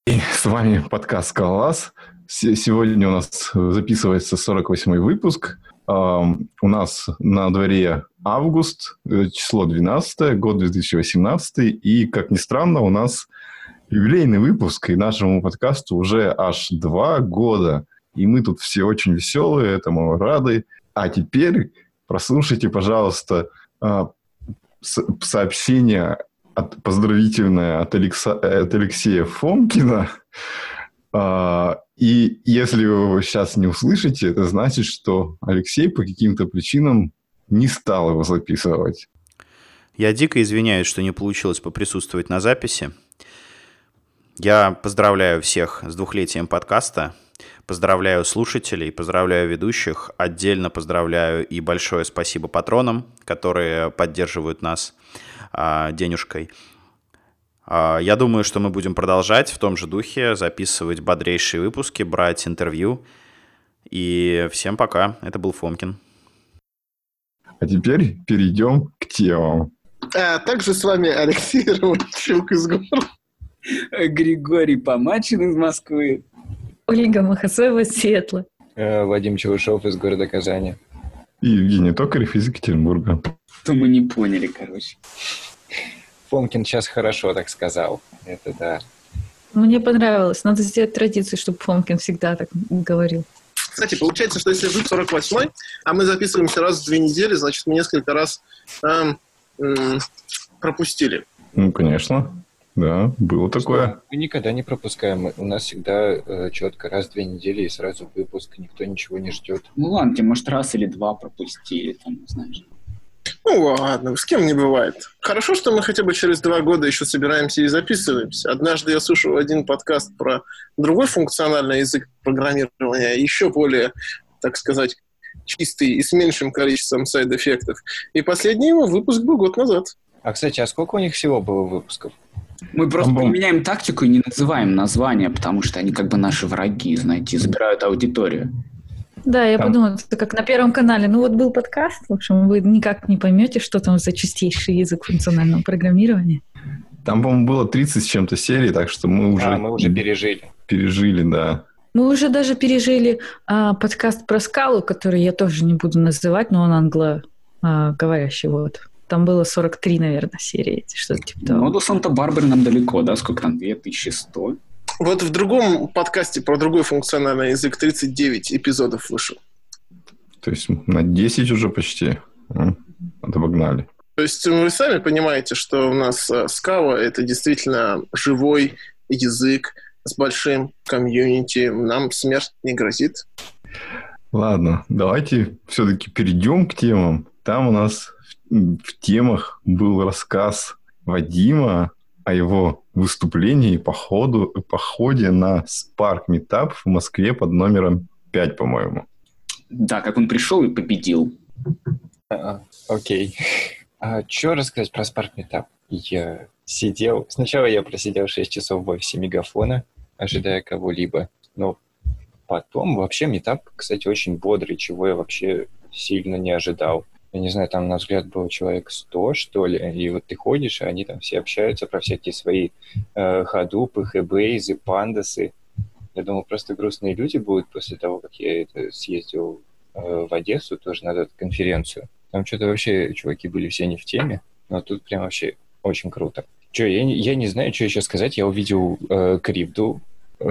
С вами подкаст «Скалолаз». Сегодня у нас записывается 48-й выпуск. У нас на дворе август, число 12, год 2018. И, как ни странно, у нас юбилейный выпуск, и нашему подкасту уже аж 2 года. И мы тут все очень веселые, этому рады. А теперь прослушайте, пожалуйста, сообщение поздравительное от Алексея Фомкина. И если вы его сейчас не услышите, это значит, что Алексей по каким-то причинам не стал его записывать. Я дико извиняюсь, что не получилось поприсутствовать на записи. Я поздравляю всех с 2-летием подкаста. Поздравляю слушателей, поздравляю ведущих. Отдельно поздравляю и большое спасибо патронам, которые поддерживают нас денежкой. Я думаю, что мы будем продолжать в том же духе, записывать бодрейшие выпуски, брать интервью. И всем пока. Это был Фомкин. А теперь перейдем к темам. Также с вами Алексей Романчук из города. Григорий Помачин из Москвы. Ольга Махасоева из Сиэтла. Вадим Челышев из города Казани. И Евгений Токарев из Екатеринбурга. То мы не поняли, короче. Фомкин сейчас хорошо так сказал. Это да. Мне понравилось. Надо сделать традицию, чтобы Фомкин всегда так говорил. Кстати, получается, что если вы 48-й, а мы записываемся раз в 2 недели, значит, мы несколько раз пропустили. Ну, конечно. Да, было такое. Мы никогда не пропускаем. У нас всегда четко раз в 2 недели и сразу выпуск. Никто ничего не ждет. Ну ладно, тебе, может, раз или 2 пропустили, там, знаешь. Ну ладно, с кем не бывает. Хорошо, что мы хотя бы через 2 года еще собираемся и записываемся. Однажды я слушал один подкаст про другой функциональный язык программирования, еще более, так сказать, чистый и с меньшим количеством сайд-эффектов. И последний его выпуск был год назад. А, кстати, а сколько у них всего было выпусков? Мы просто поменяем тактику и не называем названия, потому что они как бы наши враги, знаете, забирают аудиторию. Да, я подумала, это как на Первом канале. Ну вот был подкаст, в общем, вы никак не поймете, что там за чистейший язык функционального программирования. Там, по-моему, было 30 с чем-то серий, так что мы уже пережили. Пережили, да. Мы уже даже пережили подкаст про скалу, который я тоже не буду называть, но он англоговорящий, вот. Там было 43, наверное, серии, что-то типа того. Ну, до Санта-Барбары нам далеко, да? Сколько там? 2100? Вот в другом подкасте про другой функциональный язык 39 эпизодов вышел. То есть на 10 уже почти. Обогнали. То есть вы сами понимаете, что у нас Scala — это действительно живой язык с большим комьюнити. Нам смерть не грозит. Ладно, давайте все-таки перейдем к темам. Там у нас в темах был рассказ Вадима о его выступлении и походе на Spark Meetup в Москве под номером 5, по-моему. Да, как он пришел и победил. Окей. А что рассказать про Spark Meetup? Я сидел... Сначала я просидел 6 часов в офисе Мегафона, ожидая кого-либо. Но потом вообще Meetup, кстати, очень бодрый, чего я вообще сильно не ожидал. Я не знаю, там, на взгляд, было человек 100, что ли, и вот ты ходишь, и они там все общаются про всякие свои ходупы, хэбейзы, пандасы. Я думал, просто грустные люди будут после того, как я съездил в Одессу, тоже на эту конференцию. Там что-то вообще чуваки были все не в теме, но тут прям вообще очень круто. Я не знаю, что еще сказать. Я увидел крипто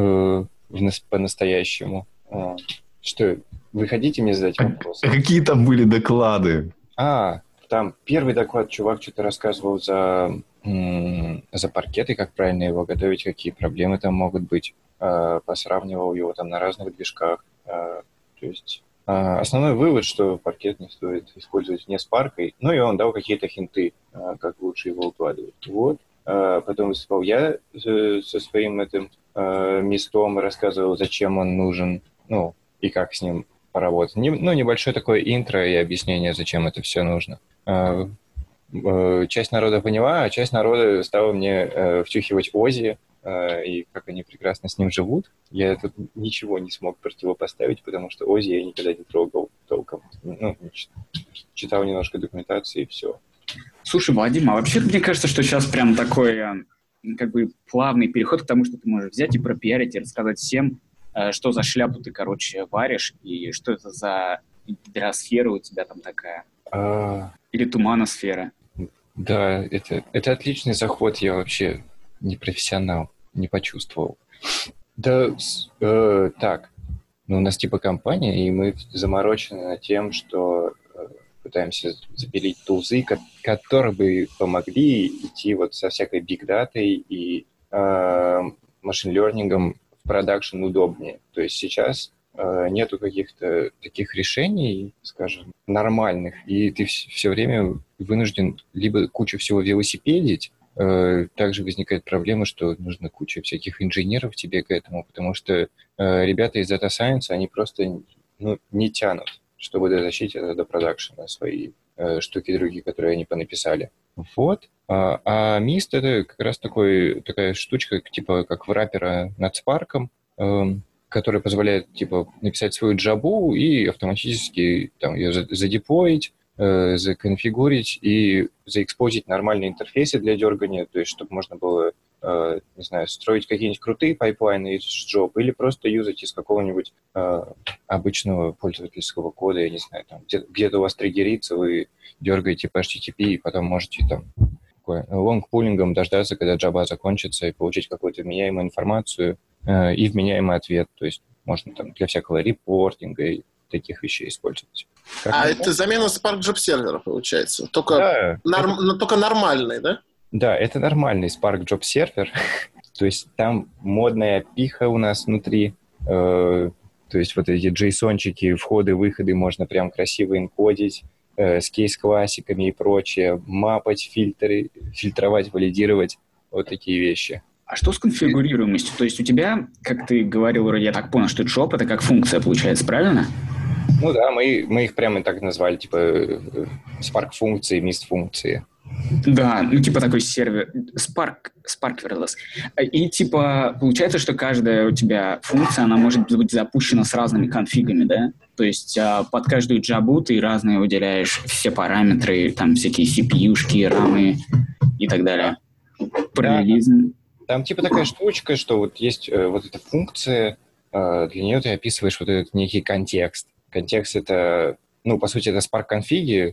по-настоящему. Что, вы хотите мне задать вопрос? Какие там были доклады? Там первый доклад чувак что-то рассказывал за паркет и как правильно его готовить, какие проблемы там могут быть. Посравнивал его там на разных движках. То есть основной вывод, что паркет не стоит использовать вне Spark. Ну и он дал какие-то хинты, как лучше его укладывать. Вот. Потом выступал я со своим этим местом, рассказывал, зачем он нужен, ну, и как с ним поработать. Небольшое такое интро и объяснение, зачем это все нужно. Часть народа поняла, а часть народа стала мне втюхивать Ози, и как они прекрасно с ним живут. Я тут ничего не смог противопоставить, потому что Ози я никогда не трогал толком. Читал немножко документации и все. Слушай, Вадим, а вообще мне кажется, что сейчас прям такой как бы плавный переход к тому, что ты можешь взять и пропиарить, и рассказать всем, что за шляпу ты, короче, варишь, и что это за гидросфера у тебя там такая. Или туманосфера. Да, это отличный заход, я вообще не профессионал, не почувствовал. Да, так, ну, у нас типа компания, и мы заморочены над тем, что пытаемся запилить тулзы, которые бы помогли идти вот со всякой биг-датой и машин-лернингом в продакшн удобнее. То есть сейчас нету каких-то таких решений, скажем, нормальных, и ты все время вынужден либо кучу всего велосипедить, также возникает проблема, что нужно куча всяких инженеров тебе к этому, потому что ребята из Data Science, они просто не тянут, чтобы дотащить это до продакшена, свои штуки другие, которые они понаписали. Вот. А Mist — это как раз такая штучка, типа как враппера над Spark, который позволяет типа написать свою джабу и автоматически там ее задеплоить, законфигурить и заэкспозить нормальные интерфейсы для дергания, то есть чтобы можно было, не знаю, строить какие-нибудь крутые пайплайны из job или просто юзать из какого-нибудь обычного пользовательского кода, я не знаю, там где-то у вас триггерится, вы дергаете по HTTP и потом можете там лонгпулингом дождаться, когда Java закончится, и получить какую-то вменяемую информацию и вменяемый ответ. То есть можно там для всякого репортинга и таких вещей использовать. Это замена Spark Job сервера, получается? Только, только нормальный, да? Да, это нормальный Spark Job сервер. То есть там модная пиха у нас внутри. То есть вот эти JSON-чики, входы-выходы можно прям красиво инкодить с кейс-классиками и прочее, мапать, фильтровать, валидировать. Вот такие вещи. А что с конфигурируемостью? То есть у тебя, как ты говорил, вроде я так понял, что job — это как функция получается, правильно? Ну да, мы их прямо так назвали, типа Spark-функции, Mist-функции. Да, ну типа такой сервер, Spark-Sparkverless. И типа получается, что каждая у тебя функция, она может быть запущена с разными конфигами, да? То есть под каждую джабу ты разные выделяешь все параметры, там всякие CPU-шки, рамы и так далее. Параллелизм. Там типа такая штучка, что вот есть вот эта функция, для нее ты описываешь вот этот некий контекст. Контекст — это, ну, по сути, это Spark-конфиги,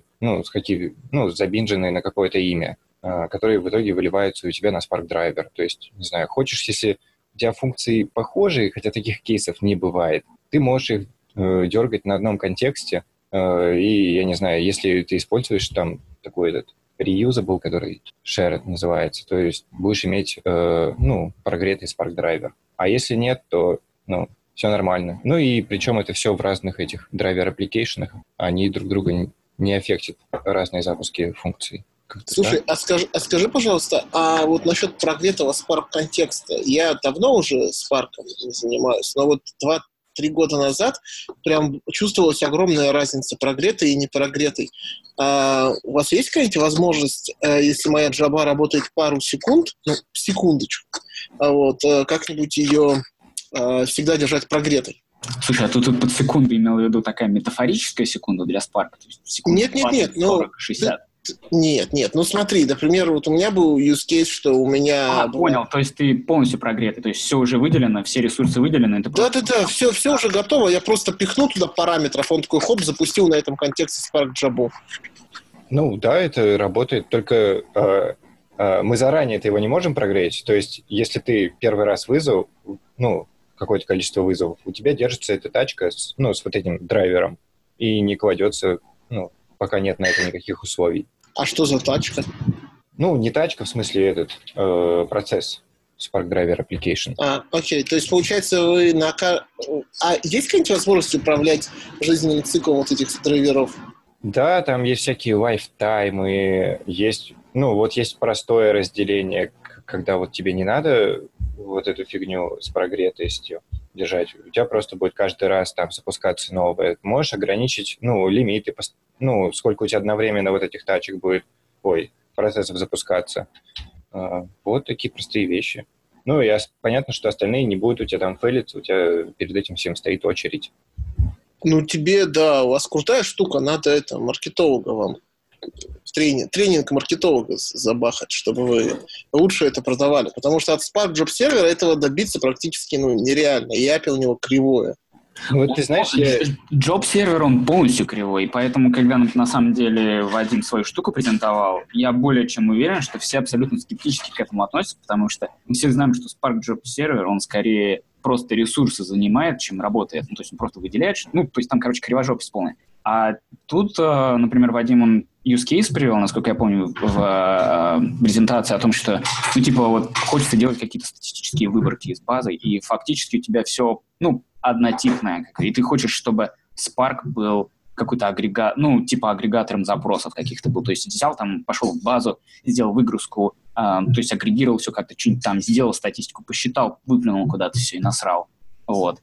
забинженные на какое-то имя, которые в итоге выливаются у тебя на Spark-драйвер. То есть, не знаю, хочешь, если у тебя функции похожие, хотя таких кейсов не бывает, ты можешь их дергать на одном контексте, и, я не знаю, если ты используешь там такой этот reusable, который shared называется, то есть будешь иметь, прогретый Spark-драйвер. А если нет, то, все нормально. Ну и причем это все в разных этих драйвер-аппликейшенах, они друг друга не аффектят разные запуски функций. Слушай, а скажи, пожалуйста, а вот насчет прогретого Spark-контекста, я давно уже Spark'ом занимаюсь, но вот 2-3 года назад прям чувствовалась огромная разница прогретой и не прогретой. У вас есть какая-нибудь возможность, если моя джаба работает пару секунд, секундочку, как-нибудь ее всегда держать прогретой? Слушай, а тут под секунду имел в виду такая метафорическая секунда для Spark? То есть секунду нет, 20, 40, 60? Нет, смотри, например, вот у меня был use case, что у меня... Понял, то есть ты полностью прогретый, то есть все уже выделено, все ресурсы выделены. Да, все уже готово, я просто пихнул туда параметров, он такой, хоп, запустил на этом контексте Spark Jabу. Ну да, это работает, только мы заранее-то его не можем прогреть, то есть если ты первый раз вызвал, какое-то количество вызовов, у тебя держится эта тачка с вот этим драйвером и не кладется, пока нет на это никаких условий. А что за тачка? Не тачка, в смысле этот процесс Spark Driver Application. Окей, то есть, получается, вы есть какая-нибудь возможность управлять жизненным циклом вот этих драйверов? Да, там есть всякие лайфтаймы, есть простое разделение, когда вот тебе не надо вот эту фигню с прогретостью держать, у тебя просто будет каждый раз там запускаться новое. Можешь ограничить, лимиты, сколько у тебя одновременно вот этих тачек будет, процессов запускаться. Вот такие простые вещи. И понятно, что остальные не будут у тебя там фейлиться, у тебя перед этим всем стоит очередь. Тебе, да, у вас крутая штука, надо маркетолога вам тренинг маркетолога забахать, чтобы вы лучше это продавали. Потому что от Spark Job Server этого добиться практически нереально. И API у него кривое. Вот ты знаешь, Job-сервер, он полностью кривой, поэтому, когда на самом деле Вадим свою штуку презентовал, я более чем уверен, что все абсолютно скептически к этому относятся, потому что мы все знаем, что Spark Job-сервер, он скорее просто ресурсы занимает, чем работает. Ну, то есть он просто выделяет, то есть там, кривожопость полная. А тут, например, Вадим, он use case привел, насколько я помню, в презентации о том, что, хочется делать какие-то статистические выборки из базы, и фактически у тебя все, однотипное. И ты хочешь, чтобы Spark был какой-то агрегатором запросов каких-то был. То есть взял там, пошел в базу, сделал выгрузку, то есть агрегировал все как-то, что-нибудь там сделал статистику, посчитал, выплюнул куда-то все и насрал. Вот.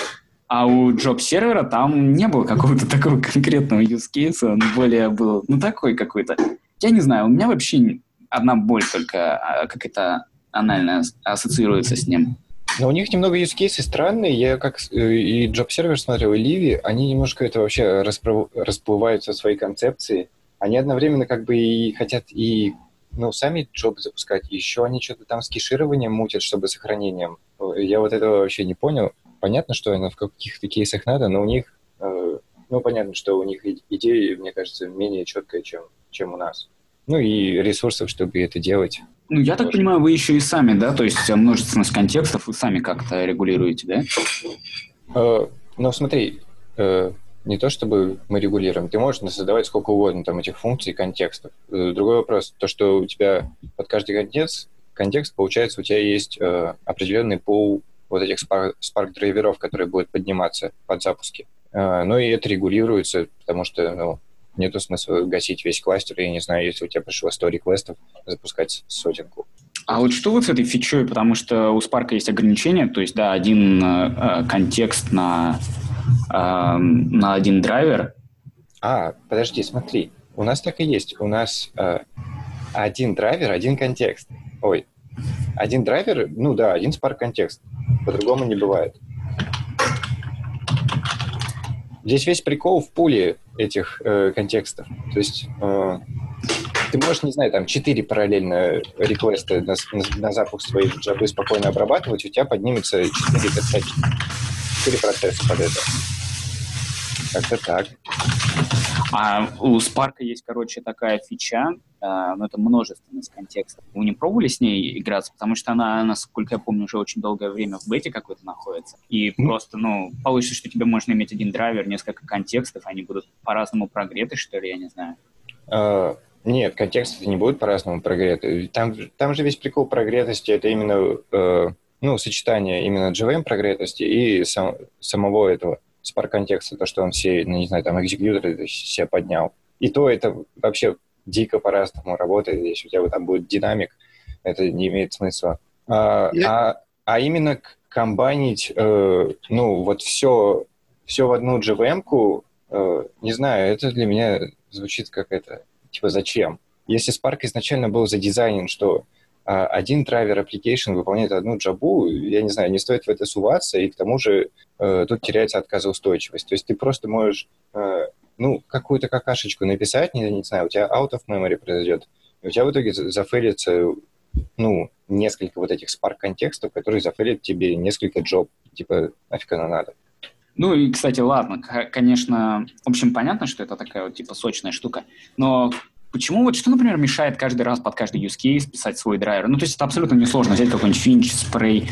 А у job-сервера там не было какого-то такого конкретного use case, он более был, такой какой-то. Я не знаю, у меня вообще одна боль только какая-то анальная ассоциируется с ним. Но у них немного use cases странные. Я как и job-сервер смотрел, и Livy, они немножко это вообще расплываются в своей концепции. Они одновременно и хотят и сами джоб запускать, еще они что-то там с кешированием мутят, чтобы сохранением. Я вот этого вообще не понял. Понятно, что оно в каких-то кейсах надо, но у них, понятно, что у них идея, мне кажется, менее четкая, чем у нас. И ресурсов, чтобы это делать. Я так понимаю, вы еще и сами, да? То есть множественность контекстов вы сами как-то регулируете, да? Смотри, не то чтобы мы регулируем. Ты можешь создавать сколько угодно там этих функций и контекстов. Другой вопрос, то, что у тебя под каждый контекст, получается, у тебя есть определенный пул вот этих Spark-драйверов, которые будут подниматься под запуски. И это регулируется, потому что, нету смысла гасить весь кластер, я не знаю, если у тебя пришло 100 реквестов, запускать сотенку. А вот что с этой фичой? Потому что у Spark есть ограничения, то есть, да, один контекст на один драйвер. Подожди, смотри. У нас так и есть. У нас один драйвер, один контекст. Один драйвер, один Spark контекст. По-другому не бывает. Здесь весь прикол в пуле этих контекстов. То есть ты можешь, не знаю, там 4 параллельно реквеста на запуск своих джабы спокойно обрабатывать, у тебя поднимется 4 процесса под это. Как-то так. А у Spark есть, такая фича, это множественность контекстов. Вы не пробовали с ней играться? Потому что она, насколько я помню, уже очень долгое время в бете какой-то находится. И просто, получится, что тебе можно иметь один драйвер, несколько контекстов, они будут по-разному прогреты, что ли, я не знаю. Нет, контексты не будут по-разному прогреты. Там же весь прикол прогретости, это именно, сочетание именно JVM прогретости и самого этого Spark-контекста, то, что он все, не знаю, там, экзекьюторы себе поднял. И то это вообще дико по-разному работает. Если у тебя там будет динамик, это не имеет смысла. А именно комбайнить, все в одну JVM-ку, не знаю, это для меня звучит как это, зачем? Если Spark изначально был задизайнен, что один драйвер application выполняет одну джабу, я не знаю, не стоит в это суваться, и к тому же тут теряется отказоустойчивость. То есть ты просто можешь, какую-то какашечку написать, не знаю, у тебя out of memory произойдет, и у тебя в итоге зафейлится, несколько вот этих Spark-контекстов, которые зафейлят тебе несколько джоб, нафиг оно надо. И, кстати, ладно, конечно, в общем, понятно, что это такая сочная штука, но почему что, например, мешает каждый раз под каждый use case писать свой драйвер? То есть это абсолютно несложно взять какой-нибудь Finch, Spray,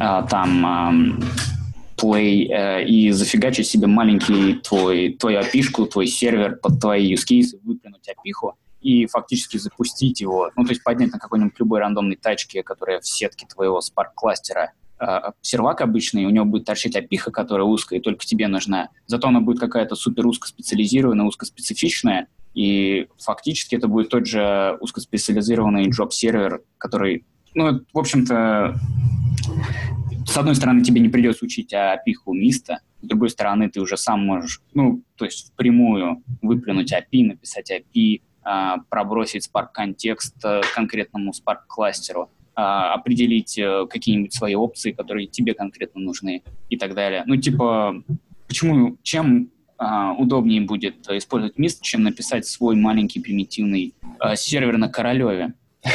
Play и зафигачить себе маленький твою API-шку, твой сервер под твои use cases, выплюнуть API-ху и фактически запустить его, то есть поднять на какой-нибудь любой рандомной тачке, которая в сетке твоего Spark-кластера, сервак обычный, у него будет торчать API-ха, которая узкая и только тебе нужна. Зато она будет какая-то супер узкоспециализированная, узкоспецифичная, и фактически это будет тот же узкоспециализированный job-сервер, который, в общем-то, с одной стороны, тебе не придется учить API-ху Mist, с другой стороны, ты уже сам можешь, то есть впрямую выплюнуть API, написать API, пробросить Spark-контекст конкретному Spark-кластеру, определить какие-нибудь свои опции, которые тебе конкретно нужны и так далее. Почему, чем удобнее будет использовать Mist, чем написать свой маленький примитивный сервер на Королеве.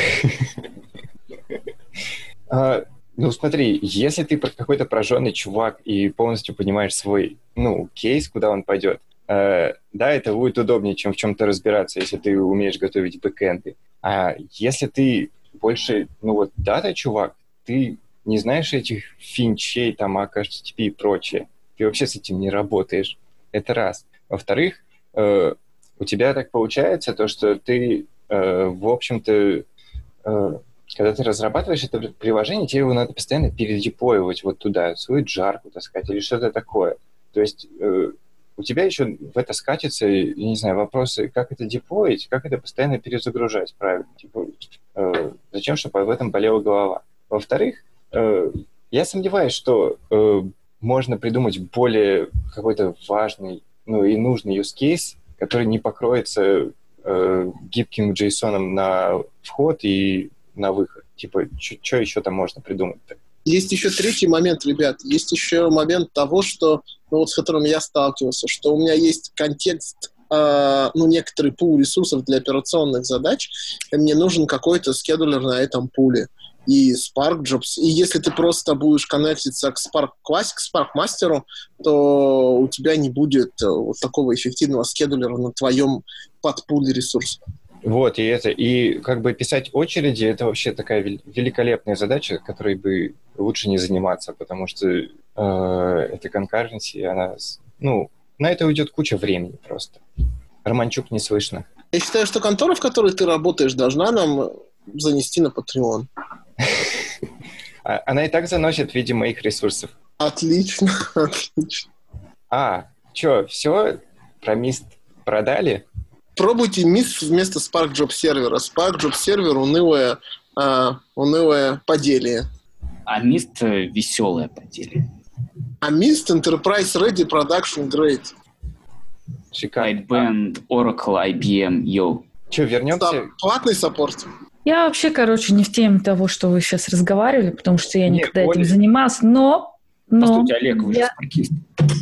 Ну, смотри, если ты какой-то прожженный чувак и полностью понимаешь свой, кейс, куда он пойдет, да, это будет удобнее, чем в чем-то разбираться, если ты умеешь готовить бэкэнды. А если ты больше, дата-чувак, ты не знаешь этих финчей, там, HTTP и прочее, ты вообще с этим не работаешь. Это раз. Во-вторых, у тебя так получается, то, что ты, в общем-то, когда ты разрабатываешь это приложение, тебе его надо постоянно передеплоивать вот туда, свою джарку, так сказать, или что-то такое. То есть у тебя еще в это скатится, я не знаю, вопросы, как это деплоить, как это постоянно перезагружать правильно. Типа, зачем, чтобы об этом болела голова. Во-вторых, я сомневаюсь, что можно придумать более какой-то важный, и нужный use case, который не покроется гибким JSON на вход и на выход. Типа, что еще там можно придумать-то? Есть еще третий момент, ребят. Есть еще момент того, что, с которым я сталкивался, что у меня есть контекст, некоторый пул ресурсов для операционных задач, и мне нужен какой-то скедулер на этом пуле. И Spark Jobs. И если ты просто будешь коннектиться к Spark Classic, к Spark Master, то у тебя не будет вот такого эффективного скедулера на твоем подпуле ресурсов. Вот, и как бы писать очереди, это вообще такая великолепная задача, которой бы лучше не заниматься, потому что эта concurrency, она, на это уйдет куча времени просто. Романчук не слышно. Я считаю, что контора, в которой ты работаешь, должна нам занести на Patreon. Она и так заносит в виде моих ресурсов. Отлично, отлично. Что, все? Про Mist продали? Пробуйте Mist вместо Spark Job сервера. Spark Job сервер унылое поделие. А Mist веселое поделие. А Mist Enterprise Ready Production Grade. Шикарно. Lightband, Oracle, IBM, Yo. Что, вернемся? Платный саппорт. Я вообще, не в теме того, что вы сейчас разговаривали, потому что я никогда этим Оля. занималась, но... Послушайте, Олег, вы же спаркист.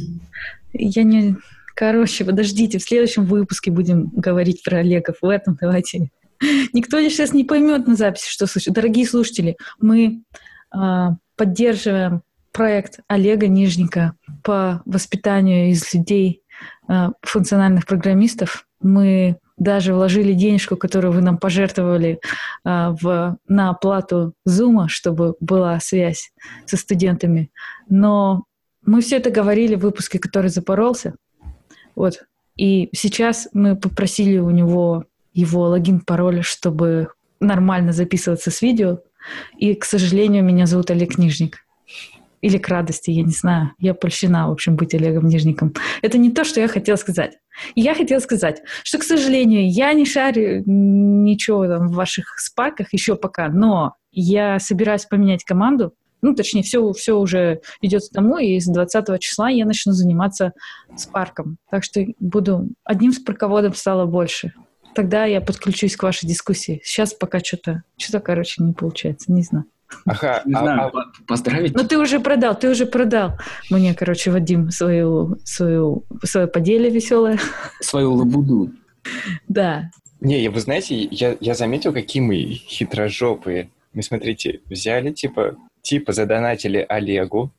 Я не... подождите, в следующем выпуске будем говорить про Олегов. В этом давайте... Никто сейчас не поймет на записи, что слышит. Дорогие слушатели, мы поддерживаем проект Олега Нижника по воспитанию из людей функциональных программистов. Мы даже вложили денежку, которую вы нам пожертвовали на оплату Zoom, чтобы была связь со студентами. Но мы все это говорили в выпуске, который запоролся. Вот. И сейчас мы попросили у него его логин, пароль, чтобы нормально записываться с видео. И, к сожалению, меня зовут Олег Нижник. Или к радости, я не знаю. Я польщена, в общем, быть Олегом Нижником. Это не то, что я хотела сказать. Я хотела сказать, что, к сожалению, я не шарю ничего там в ваших спарках еще пока, но я собираюсь поменять команду. Точнее, все уже идет к тому, и с 20 числа я начну заниматься спарком. Так что одним спарководом стало больше. Тогда я подключусь к вашей дискуссии. Сейчас пока что-то, не получается, не знаю. Ага, не знаю, поздравить. Ты уже продал мне, Вадим, свое поделие веселое. Свою лабуду. Да. Не, вы знаете, я заметил, какие мы хитрожопые. Мы, смотрите, взяли, типа задонатили Олегу,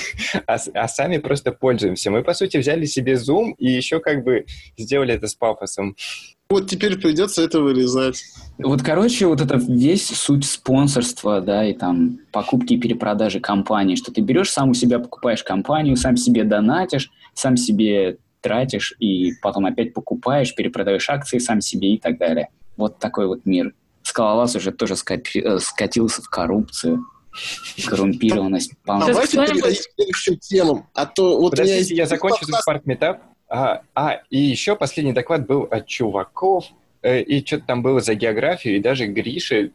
а сами просто пользуемся. Мы, по сути, взяли себе Zoom и еще сделали это с пафосом. Вот теперь придется это вырезать. Вот это весь суть спонсорства, да, и там покупки и перепродажи компании, что ты берешь, сам у себя покупаешь компанию, сам себе донатишь, сам себе тратишь и потом опять покупаешь, перепродаешь акции сам себе и так далее. Вот такой вот мир. Скалолаз уже тоже скатился в коррупцию, коррумпированность. Давайте переходить к следующим темам. А то вот подождите, я закончу с Spark Meetup. И еще последний доклад был от чуваков, и что-то там было за географию, и даже Гриша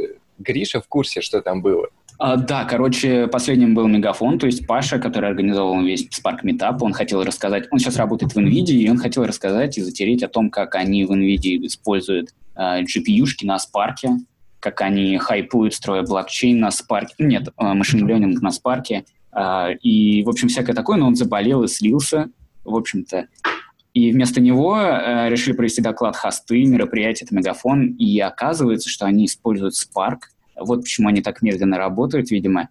в курсе, что там было. Да, последним был Мегафон, то есть Паша, который организовал весь Spark Meetup, он хотел рассказать, он сейчас работает в NVIDIA, и он хотел рассказать и затереть о том, как они в NVIDIA используют GPU-шки на Spark, как они хайпуют, строят блокчейн на Spark, машин-ленинг на Spark, и, в общем, всякое такое, но он заболел и слился. в общем-то. И вместо него решили провести доклад хосты, мероприятие, это Мегафон, и оказывается, что они используют Spark. Вот почему они так медленно работают, видимо.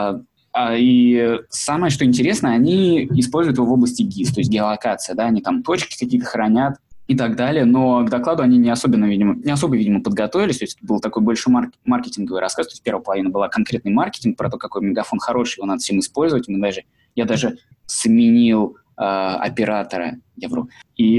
И самое, что интересно, они используют его в области GIS, то есть геолокация, да, они там точки какие-то хранят и так далее, но к докладу они не особо, видимо, подготовились, то есть это был такой больше маркетинговый рассказ, то есть первая половина была конкретный маркетинг про то, какой Мегафон хороший, его надо всем использовать, я даже сменил оператора, я вру.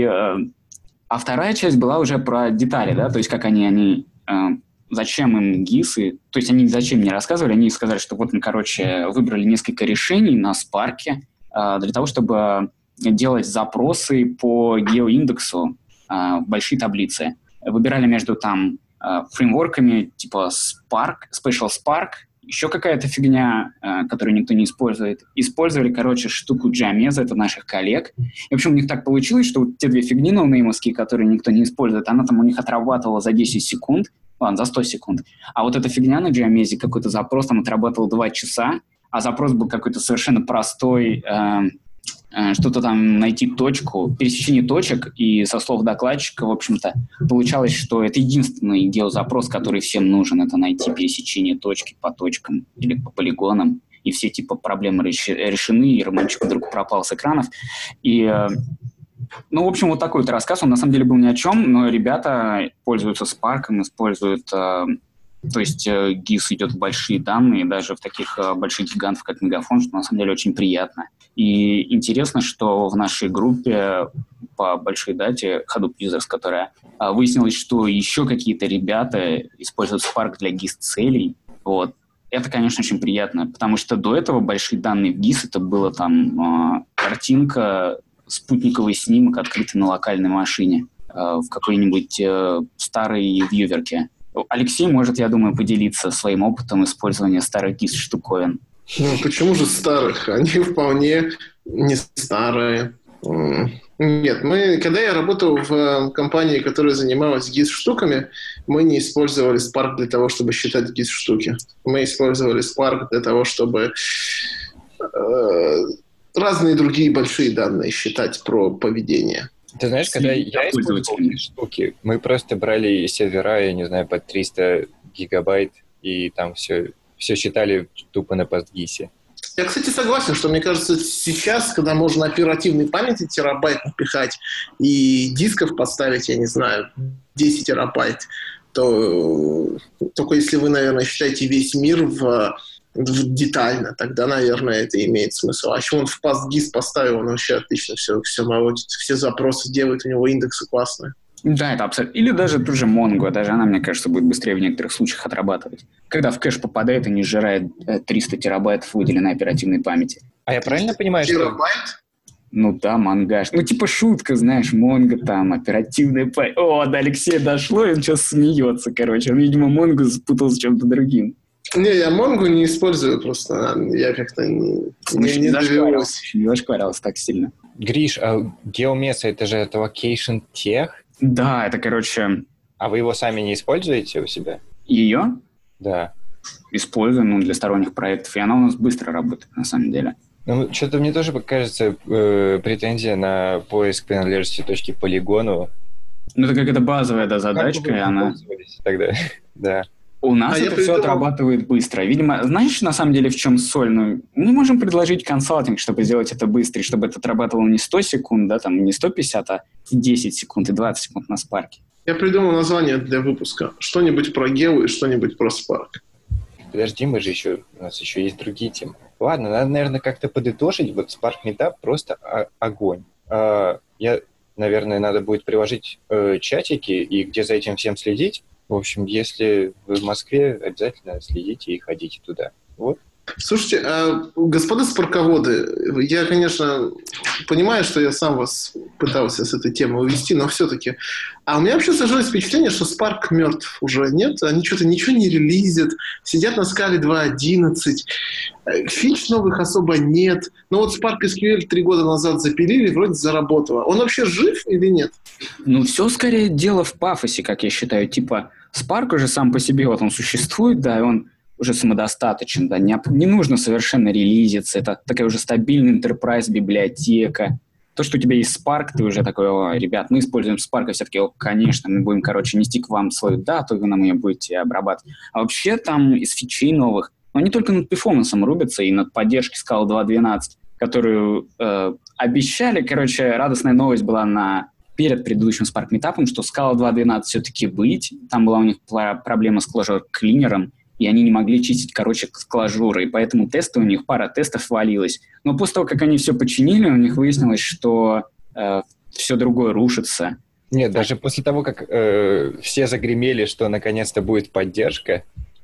А вторая часть была уже про детали, да, то есть как они зачем им ГИСы, то есть они зачем не рассказывали, они сказали, что вот мы, выбрали несколько решений на Spark для того, чтобы делать запросы по геоиндексу в большие таблицы. Выбирали между там фреймворками типа Spark, Special Spark, еще какая-то фигня, которую никто не использует. Использовали, штуку Geomeza, это наших коллег. И, в общем, у них так получилось, что вот те две фигни ноунеймовские, которые никто не использует, она там у них отрабатывала за 10 секунд, за 100 секунд. А вот эта фигня на Geomeza, какой-то запрос там отрабатывал 2 часа, а запрос был какой-то совершенно простой, что-то там найти точку, пересечение точек, и со слов докладчика, в общем-то, получалось, что это единственный геозапрос, который всем нужен, это найти пересечение точки по точкам или по полигонам, и все проблемы решены, и романчик вдруг пропал с экранов. И, в общем, вот такой вот рассказ, он на самом деле был ни о чем, но ребята пользуются Spark, используют... То есть GIS идет в большие данные, даже в таких больших гигантов, как Мегафон, что на самом деле очень приятно. И интересно, что в нашей группе по большой дате Hadoop Users, которая выяснилось, что еще какие-то ребята используют Spark для GIS-целей. Вот. Это, конечно, очень приятно, потому что до этого большие данные в GIS это было там картинка, спутниковый снимок, открытый на локальной машине в какой-нибудь старой вьюверке. Алексей может, я думаю, поделиться своим опытом использования старых GIS-штуковин. Почему же старых? Они вполне не старые. Нет, когда я работал в компании, которая занималась GIS-штуками, мы не использовали Spark для того, чтобы считать GIS-штуки. Мы использовали Spark для того, чтобы разные другие большие данные считать про поведение. Ты знаешь, когда я использовал эти штуки, мы просто брали сервера, я не знаю, под 300 гигабайт, и там все считали тупо на PostGIS. Я, кстати, согласен, что, мне кажется, сейчас, когда можно оперативной памяти терабайт напихать и дисков поставить, я не знаю, 10 терабайт, то только если вы, наверное, считаете весь мир детально, тогда, наверное, это имеет смысл. А почему он в PostGIS поставил, он вообще отлично все молотит, все запросы делает, у него индексы классные. Да, это абсолютно. Или даже ту же Mongo, даже она, мне кажется, будет быстрее в некоторых случаях отрабатывать. Когда в кэш попадает и не сжирает 300 терабайтов выделенной оперативной памяти. А я правильно понимаю, терабайт? Да, мангаш. Шутка, знаешь, Mongo там, оперативная память. До Алексея дошло, и он сейчас смеется, Он, видимо, Mongo запутал с чем-то другим. Не, я Mongo не использую просто. Я как-то не зашкварился так сильно. Гриш, а Geomeza это же это Location Tech? Да, это, А вы его сами не используете у себя? Ее? Да. Используем, для сторонних проектов, и она у нас быстро работает, на самом деле. Что-то мне тоже кажется претензия на поиск принадлежности точки к полигону. Это какая-то базовая задачка, и она... Тогда, да. У нас это все отрабатывает быстро. Видимо, знаешь, на самом деле, в чем соль? Мы можем предложить консалтинг, чтобы сделать это быстро, и чтобы это отрабатывало не 100 секунд, не 150, а 10 секунд и 20 секунд на Spark. Я придумал название для выпуска. Что-нибудь про Гео и что-нибудь про Spark. Подожди, у нас еще есть другие темы. Ладно, надо, наверное, как-то подытожить. Вот Spark Meetup просто огонь. Наверное, надо будет приложить чатики, и где за этим всем следить. В общем, если вы в Москве, обязательно следите и ходите туда. Вот. Слушайте, господа спарководы, я, конечно, понимаю, что я сам вас пытался с этой темы увести, но все-таки. А у меня вообще сложилось впечатление, что Spark мертв уже, нет? Они что-то ничего не релизят, сидят на скале 2.11, фич новых особо нет. Но вот Spark SQL 3 года назад запилили, вроде заработало. Он вообще жив или нет? Все скорее дело в пафосе, как я считаю. Spark уже сам по себе, он существует, да, и он уже самодостаточен, да, не нужно совершенно релизиться, это такая уже стабильная enterprise библиотека. То, что у тебя есть Spark, ты уже такой: о, ребят, мы используем Spark, и все таки: о, конечно, мы будем, нести к вам свою дату, и вы нам ее будете обрабатывать. А вообще там из фичей новых, они только над перформансом рубятся и над поддержкой Scala 2.12, которую обещали. Радостная новость была перед предыдущим Spark метапом, что Scala 2.12 все-таки быть. Там была у них проблема с Clojure-клинером, и они не могли чистить, Clojure, и поэтому пара тестов валилась. Но после того, как они все починили, у них выяснилось, что все другое рушится. Нет, даже после того, как все загремели, что наконец-то будет поддержка...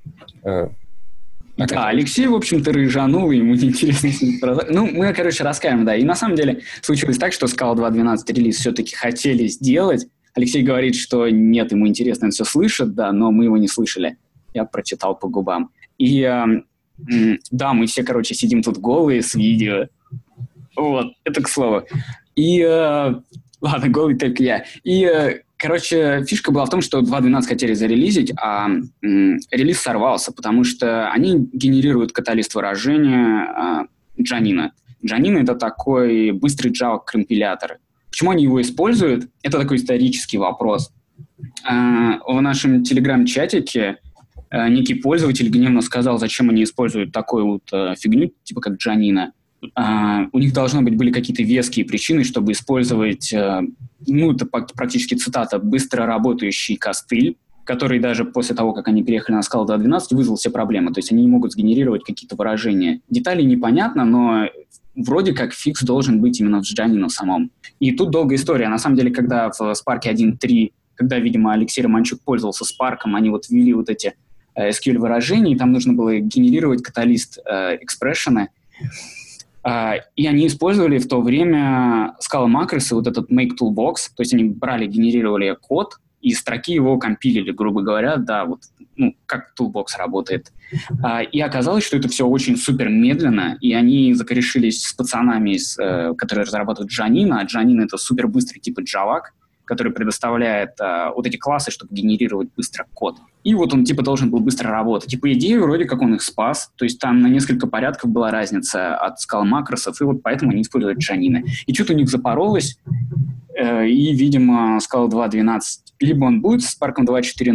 Алексей, в общем-то, рыжанул, ему неинтересно с ним продать. Мы, расскажем, да. И на самом деле случилось так, что Scala 2.12 релиз все-таки хотели сделать. Алексей говорит, что нет, ему интересно, он все слышит, да, но мы его не слышали. Я прочитал по губам. И да, мы все, сидим тут голые с видео. Вот, это к слову. И, ладно, голый только я. И, фишка была в том, что 2.12 хотели зарелизить, а релиз сорвался, потому что они генерируют каталист выражения Janina. Janina — это такой быстрый Java-компилятор. Почему они его используют? Это такой исторический вопрос. В нашем телеграм-чатике некий пользователь гневно сказал, зачем они используют такую фигню, типа как Janina. У них были какие-то веские причины, чтобы использовать, это практически цитата, быстро работающий костыль, который даже после того, как они переехали на Scala 2.12, вызвал все проблемы. То есть они не могут сгенерировать какие-то выражения. Детали непонятно, но вроде как фикс должен быть именно в Janina самом. И тут долгая история. На самом деле, когда в Spark 1.3, когда, видимо, Алексей Романчук пользовался Spark, они ввели эти SQL-выражения, и там нужно было генерировать каталист экспрессионы. И они использовали в то время Scala макросы, этот make toolbox, то есть они генерировали код, и из строки его компилили, грубо говоря, да, как toolbox работает. И оказалось, что это все очень супер медленно, и они закорешились с пацанами, которые разрабатывают Janina, а Janina — это супер быстрый типа Java, который предоставляет эти классы, чтобы генерировать быстро код. И он должен был быстро работать. И по идее вроде как он их спас, то есть там на несколько порядков была разница от Scala макросов, и поэтому они используют Janina. И что-то у них запоролось, и, видимо, Scala 2.12 либо он будет с Spark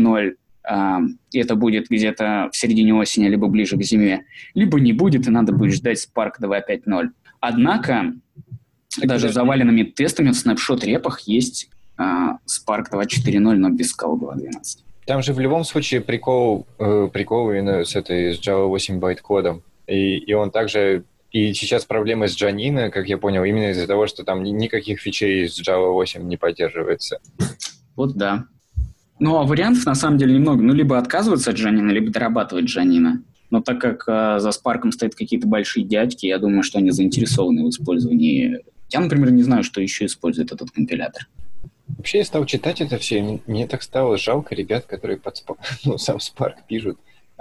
2.4.0, и это будет где-то в середине осени, либо ближе к зиме, либо не будет, и надо будет ждать Spark 2.5.0. Однако даже с заваленными тестами в снапшот-репах есть Spark 2.4.0, но без Scala 2.12. Там же в любом случае прикол именно с Java 8 байт кодом. И он также... И сейчас проблемы с Janina, как я понял, именно из-за того, что там никаких фичей с Java 8 не поддерживается. Вот да. А вариантов на самом деле немного. Либо отказываться от Janina, либо дорабатывать Janina. Но так как за Spark'ом стоят какие-то большие дядьки, я думаю, что они заинтересованы в использовании... Я, например, не знаю, что еще использует этот компилятор. Вообще, я стал читать это все, и мне так стало жалко ребят, которые сам Spark пишут.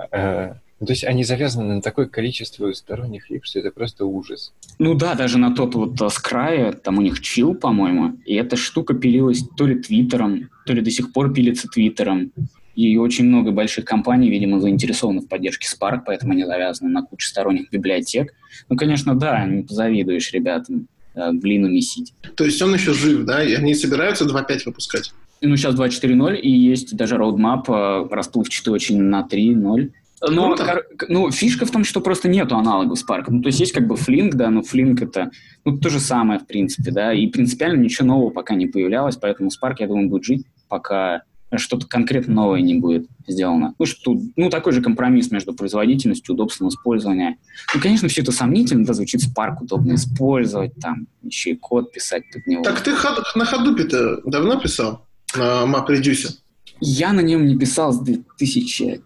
То есть они завязаны на такое количество сторонних лип, что это просто ужас. Да, даже на тот с края, там у них чил, по-моему, и эта штука пилилась то ли Твиттером, то ли до сих пор пилится Твиттером. И очень много больших компаний, видимо, заинтересованы в поддержке Spark, поэтому они завязаны на кучу сторонних библиотек. Конечно, да, не позавидуешь ребятам глину месить. То есть он еще жив, да? И они собираются 2.5 выпускать? Сейчас 2.4.0, и есть даже roadmap расплывчатый очень на 3.0. Но фишка в том, что просто нету аналогов Spark. То есть есть Flink, да, но Flink это то же самое, в принципе, да, и принципиально ничего нового пока не появлялось, поэтому Spark, я думаю, будет жить, пока что-то конкретно новое не будет сделано. Такой же компромисс между производительностью, удобством использования. Конечно, все это сомнительно, да, звучит Spark удобно использовать, там, еще и код писать под него. Так ты на Hadoop-то давно писал? На MapReduce? Я на нем не писал с 2000...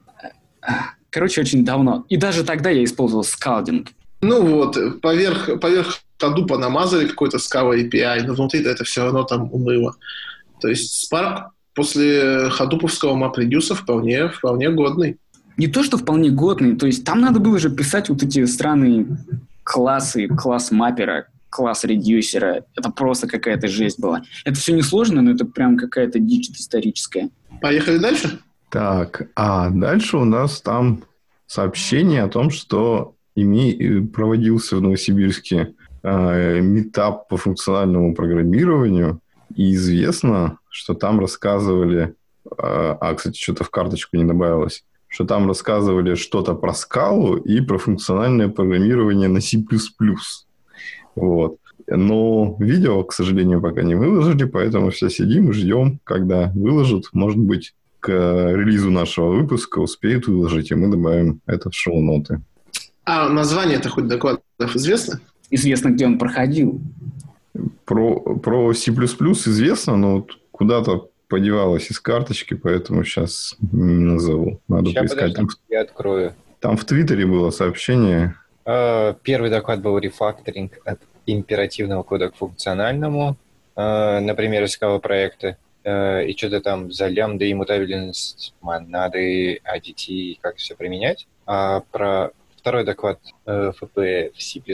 очень давно. И даже тогда я использовал скалдинг. Поверх Hadoop намазали какой-то Scala API, но внутри это все равно там уныло. То есть Spark после хадуповского MapReduce вполне годный. Не то, что вполне годный, то есть там надо было же писать эти странные классы, класс маппера, класс редюсера. Это просто какая-то жесть была. Это все несложно, но это прям какая-то дичь историческая. Поехали дальше? Так, а дальше у нас там сообщение о том, что проводился в Новосибирске митап по функциональному программированию, и известно, что там рассказывали, кстати, что-то в карточку не добавилось, что там рассказывали что-то про скалу и про функциональное программирование на C++. Вот. Но видео, к сожалению, пока не выложили, поэтому все сидим и ждем, когда выложат. Может быть, к релизу нашего выпуска успеют выложить, и мы добавим это в шоу-ноты. А название-то хоть докладов известно? Известно, где он проходил. Про C++ известно, но вот куда-то подевалось из карточки, поэтому сейчас не назову. Надо Сейчас поискать. подожди, я открою. Там в Твиттере было сообщение. Первый доклад был рефакторинг от императивного кода к функциональному, например, Scala проекта, и что-то там за лямбда, иммутабельность, монады, ADT, как все применять. А про второй доклад FP в C++,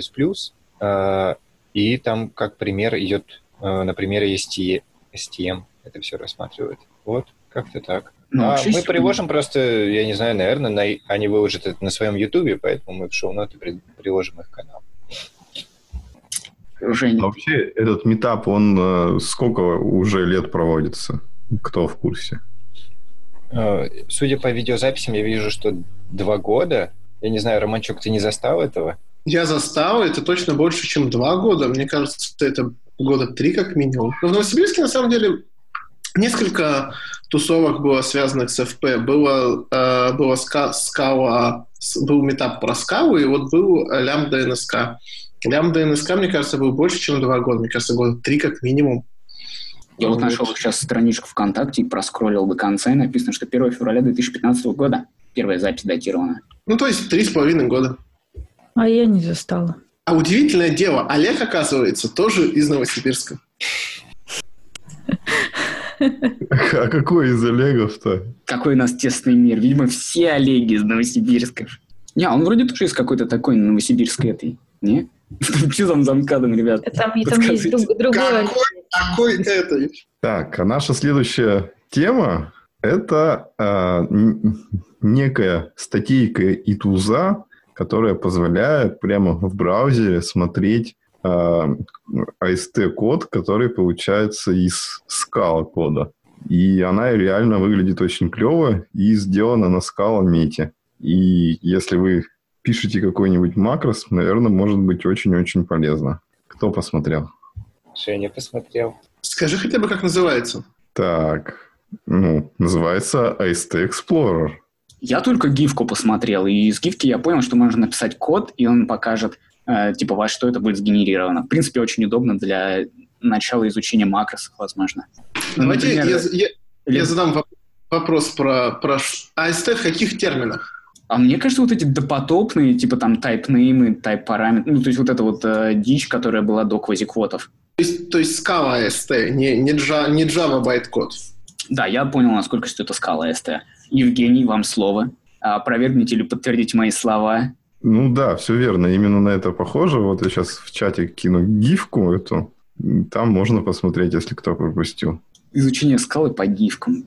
и там как пример идет, на примере STM, это все рассматривает. Вот, как-то так. Мы приложим просто, я не знаю, наверное, они выложат это на своем Ютубе, поэтому мы в шоу-ноты приложим их канал. Женя. Вообще, этот митап, он сколько уже лет проводится? Кто в курсе? Судя по видеозаписям, я вижу, что 2 года. Я не знаю, Романчук, ты не застал этого? Я застал, это точно больше, чем 2 года. Мне кажется, это 3 года как минимум. Но в Новосибирске, на самом деле, несколько тусовок было связанных с FP. Было скала, был митап про скалу, и вот был лямбда НСК. Лямбда НСК, мне кажется, был больше, чем 2 года. Мне кажется, 3 года как минимум. Я вот нашел сейчас страничку ВКонтакте и проскроллил до конца, и написано, что 1 февраля 2015 года первая запись датирована. Ну, то есть 3,5 года. А я не застала. А удивительное дело, Олег, оказывается, тоже из Новосибирска. А какой из Олегов-то? Какой у нас тесный мир. Видимо, все Олеги из Новосибирска. Не, он вроде тоже из какой-то такой новосибирской этой. Не? Что там за МКАДом, ребят? Там есть другой. Какой этой? Так, а наша следующая тема – это некая статейка и туза, которая позволяет прямо в браузере смотреть AST-код, который получается из Scala-кода. И она реально выглядит очень клево и сделана на Scala-мете. И если вы пишете какой-нибудь макрос, наверное, может быть очень-очень полезно. Кто посмотрел? Женя посмотрел. Скажи хотя бы, как называется. Так, называется AST Explorer. Я только гифку посмотрел, и из гифки я понял, что можно написать код, и он покажет, во что это будет сгенерировано. В принципе, очень удобно для начала изучения макросов, возможно. Давайте например, я задам вопрос про AST в каких терминах? А мне кажется, вот эти допотопные, типа там type-name, type-параметры, то есть вот эта вот дичь, которая была до квазиквотов. То есть Scala AST, не Java байткод. Да, я понял, насколько это Scala AST. Евгений, вам слово. Опровергните или подтвердите мои слова. Ну да, все верно. Именно на это похоже. Вот я сейчас в чате кину гифку эту. Там можно посмотреть, если кто пропустил. Изучение скалы по гифкам.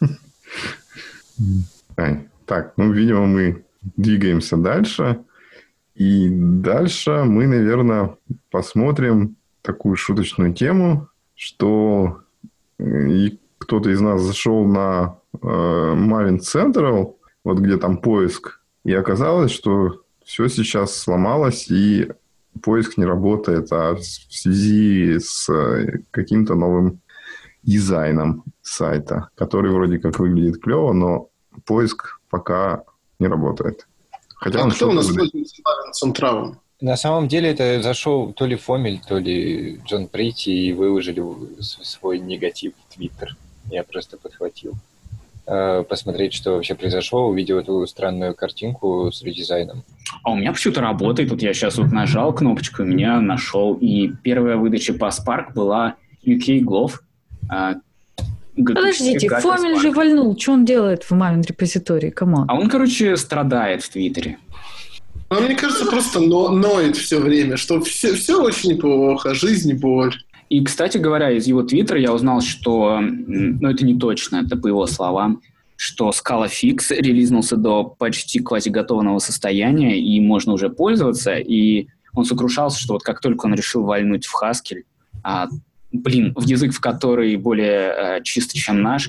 Так, видимо, мы двигаемся дальше. И дальше мы, наверное, посмотрим такую шуточную тему, что кто-то из нас зашел на Maven Central, вот где там поиск, и оказалось, что все сейчас сломалось, и поиск не работает, а в связи с каким-то новым дизайном сайта, который вроде как выглядит клево, но поиск пока не работает. Хотя кто у нас пользуется Maven Central? На самом деле это зашел то ли Фомель, то ли Джон Прити и выложили свой негатив в Твиттер. Я просто подхватил. Посмотреть, что вообще произошло, увидел эту странную картинку с редизайном. А у меня почему-то работает. Вот я сейчас вот нажал кнопочку, и меня нашел. И первая выдача по Spark была UK Glove. Подождите, Фомель же вальнул. Что он делает в Maven репозитории? Камон. А он, короче, страдает в Твиттере. Ну, мне кажется, просто ноет все время, что все очень плохо, жизнь боль. И, кстати говоря, из его твиттера я узнал, что, это не точно, это по его словам, что Scala Fix релизнулся до почти квазиготовного состояния, и можно уже пользоваться, и он сокрушался, что вот как только он решил вальнуть в Haskell, в язык, в который более чистый, чем наш,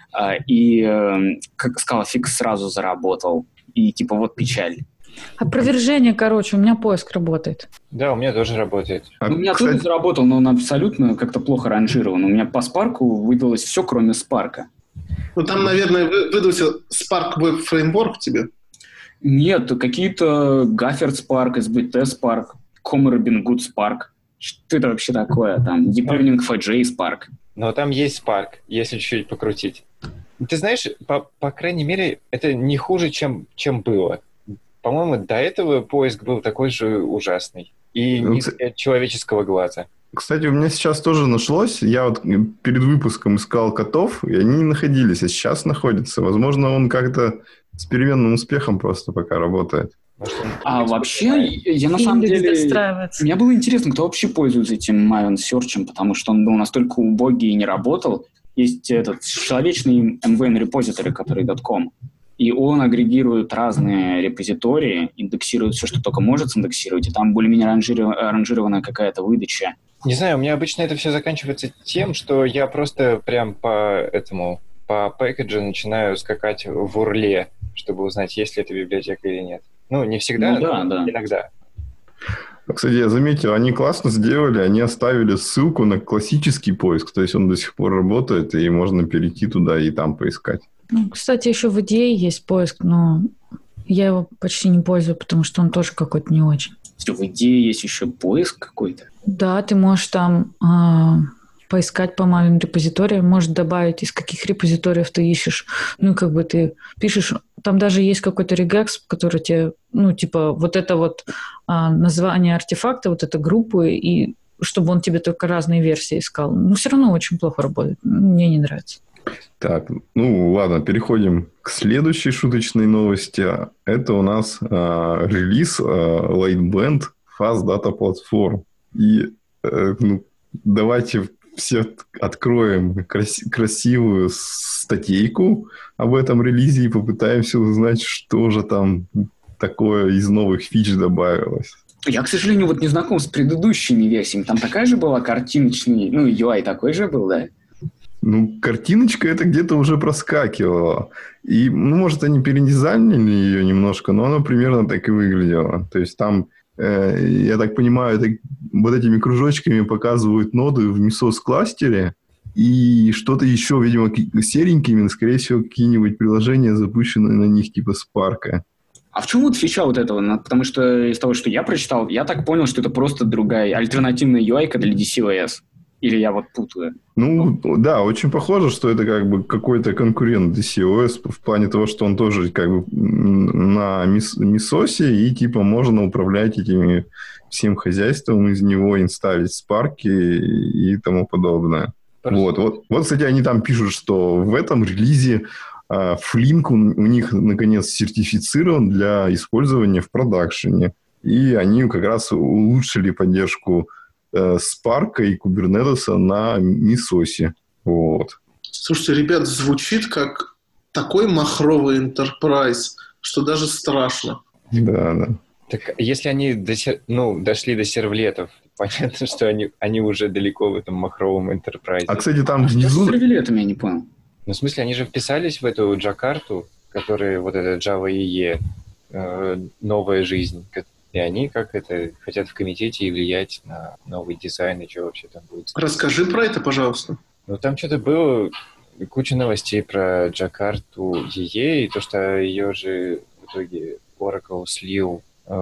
как сказал, фикс сразу заработал. И типа вот печаль. Опровержение, короче, у меня поиск работает. Да, у меня тоже работает. У меня тоже заработал, но он абсолютно как-то плохо ранжирован. У меня по Spark выдалось все, кроме Spark. Ну, там, наверное, выдался Spark Web Framework тебе. Нет, какие-то Gafford Spark, SBT Spark, Com Robin Good Spark. Что это вообще такое? Там Deep Learning 4J Spark. Но там есть Spark, если чуть-чуть покрутить. Ты знаешь, по крайней мере, это не хуже, чем было. По-моему, до этого поиск был такой же ужасный. И не от человеческого глаза. Кстати, у меня сейчас тоже нашлось. Я вот перед выпуском искал котов, и они не находились, а сейчас находятся. Возможно, он как-то с переменным успехом просто пока работает. Вообще, я на самом деле... Мне было интересно, кто вообще пользуется этим Maven Search, потому что он был настолько убогий и не работал. Есть этот человечный MVN репозиторий, который .com, и он агрегирует разные репозитории, индексирует все, что только может индексировать, и там более-менее ранжированная какая-то выдача. Не знаю, у меня обычно это все заканчивается тем, что я просто прям по пэкэджу начинаю скакать в урле, чтобы узнать, есть ли эта библиотека или нет. Ну, не всегда, но иногда. Кстати, я заметил, они классно сделали, они оставили ссылку на классический поиск, то есть он до сих пор работает, и можно перейти туда и там поискать. Ну, кстати, еще в IDE есть поиск, но я его почти не пользую, потому что он тоже какой-то не очень. Что, в IDE есть еще поиск какой-то? Да, ты можешь там поискать по Maven репозиторию, можешь добавить, из каких репозиториев ты ищешь. Ну, как бы ты пишешь, там даже есть какой-то регекс, который тебе, ну, типа, вот это вот название артефакта, вот это группы, и чтобы он тебе только разные версии искал. Но все равно очень плохо работает. Мне не нравится. Так, ну ладно, переходим к следующей шуточной новости. Это у нас релиз Lightband Fast Data Platform. И давайте все откроем красивую статейку об этом релизе и попытаемся узнать, что же там такое из новых фич добавилось. Я, к сожалению, вот не знаком с предыдущими версиями. Там такая же была картиночная, ну, UI такой же был, да? Ну, картиночка это где-то уже проскакивала. И, ну, может, они передизайнили ее немножко, но она примерно так и выглядела. То есть там, я так понимаю, вот этими кружочками показывают ноды в Mesos-кластере, и что-то еще, видимо, серенькими, скорее всего, какие-нибудь приложения, запущенные на них, типа Spark. А в чем вот фича вот этого? Потому что из того, что я прочитал, я так понял, что это просто другая альтернативная UI для DCOS. Или я вот путаю? Ну, да, очень похоже, что это как бы какой-то конкурент DCOS в плане того, что он тоже как бы на Mesos, и типа можно управлять этими всем хозяйством из него, инсталлить Spark и тому подобное. Вот, кстати, они там пишут, что в этом релизе Flink у них, наконец, сертифицирован для использования в продакшене. И они как раз улучшили поддержку Spark и Kubernetes на Mesos. Вот. Слушайте, ребят, звучит как такой махровый enterprise, что даже страшно. Да. Так если они дошли до сервлетов, понятно, что они уже далеко в этом махровом enterprise. А, кстати, там внизу... Что с сервлетами, я не понял. Ну, в смысле, они же вписались в эту Джакарту, которая вот эта Java EE, новая жизнь. И они хотят в комитете и влиять на новый дизайн, и что вообще там будет. Расскажи про это, пожалуйста. Ну, там что-то было, куча новостей про Джакарту EE, и то, что ее же в итоге Oracle слил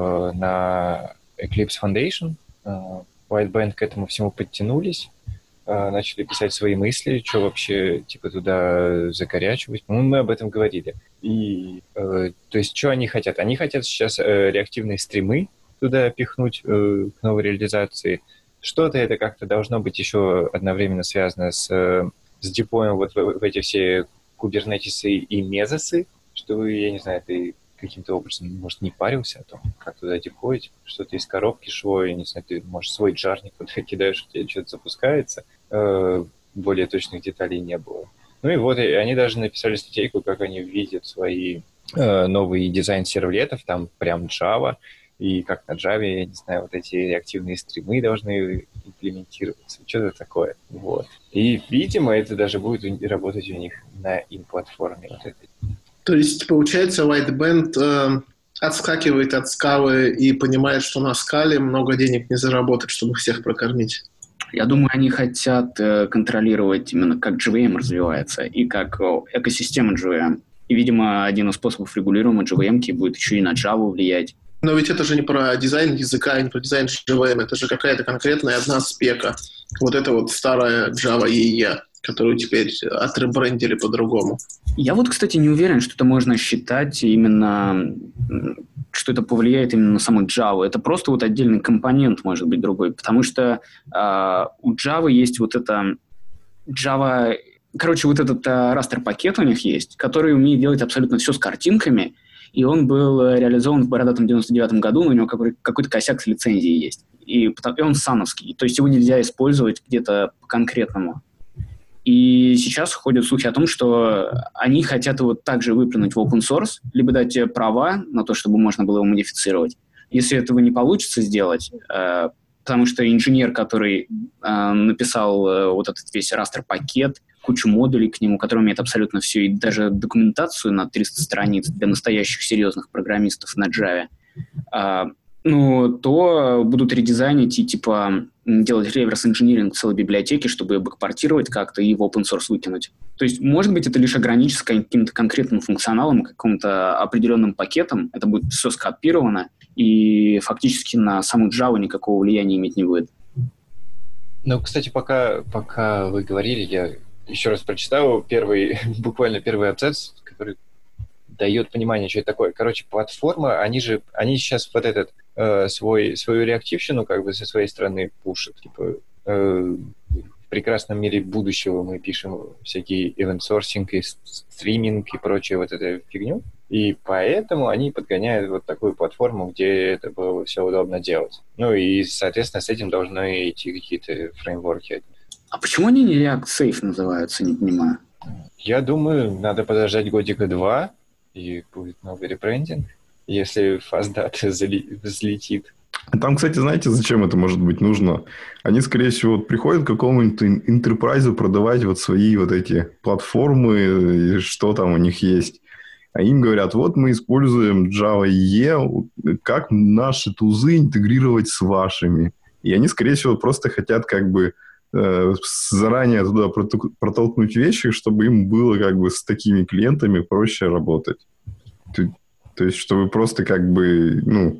на Eclipse Foundation. Lightband к этому всему подтянулись, начали писать свои мысли, что вообще типа туда закорячивать. По-моему, мы об этом говорили. И, то есть, что они хотят? Они хотят сейчас реактивные стримы туда пихнуть к новой реализации. Что-то это как-то должно быть еще одновременно связано с деплоем вот в эти все кубернетисы и мезосы, что, я не знаю, ты каким-то образом, может, не парился о том, как туда деплоить, что-то из коробки шло, я не знаю, ты, может, свой джарник туда кидаешь, у тебя что-то запускается, более точных деталей не было. Ну и вот, они даже написали статейку, как они видят свои новый дизайн сервлетов, там прям Java, и как на Java, я не знаю, вот эти реактивные стримы должны имплементироваться, что-то такое. Вот. И, видимо, это даже будет работать у них на им-платформе. Вот этой. То есть, получается, Wideband отскакивает от скалы и понимает, что на скале много денег не заработать, чтобы всех прокормить. Я думаю, они хотят контролировать именно, как JVM развивается и как экосистема JVM. И, видимо, один из способов регулируемой JVM будет еще и на Java влиять. Но ведь это же не про дизайн языка, не про дизайн JVM, это же какая-то конкретная одна спека. Вот это вот старая Java EE, которую теперь отребрендили по-другому. Я вот, кстати, не уверен, что это можно считать именно, что это повлияет именно на саму Java. Это просто вот отдельный компонент, может быть, другой. Потому что у Java есть вот это Java... Короче, вот этот растер-пакет у них есть, который умеет делать абсолютно все с картинками, и он был реализован в бородатом 99-м году, но у него какой-то косяк с лицензией есть. И он сановский, то есть его нельзя использовать где-то по-конкретному. И сейчас ходят слухи о том, что они хотят его также выплюнуть в open source, либо дать права на то, чтобы можно было его модифицировать. Если этого не получится сделать, потому что инженер, который написал вот этот весь растер-пакет, кучу модулей к нему, который умеет абсолютно все, и даже документацию на 300 страниц для настоящих серьезных программистов на Java, то будут редизайнить и типа делать реверс-инжиниринг целой библиотеки, чтобы ее бэкпортировать как-то и в open source выкинуть. То есть, может быть, это лишь ограничится каким-то конкретным функционалом, каким-то определенным пакетом, это будет все скопировано, и фактически на саму Java никакого влияния иметь не будет. Ну, кстати, пока вы говорили, я еще раз прочитал буквально первый абзац, который дает понимание, что это такое. Короче, платформа, они сейчас вот этот свою реактивщину как бы со своей стороны пушат. Типа, в прекрасном мире будущего мы пишем всякие event-сорсинг и стриминг и прочее вот эту фигню. И поэтому они подгоняют вот такую платформу, где это было все удобно делать. Ну и, соответственно, с этим должны идти какие-то фреймворки. А почему они не React Safe называются, не понимаю? Я думаю, надо подождать годика 2, и будет новый ребрендинг, если фастдата взлетит. Там, кстати, знаете, зачем это может быть нужно? Они, скорее всего, приходят к какому-нибудь интерпрайзу продавать вот свои вот эти платформы, и что там у них есть. А им говорят, вот мы используем Java EE, как наши тузы интегрировать с вашими. И они, скорее всего, просто хотят как бы заранее туда протолкнуть вещи, чтобы им было как бы с такими клиентами проще работать. То есть, чтобы просто как бы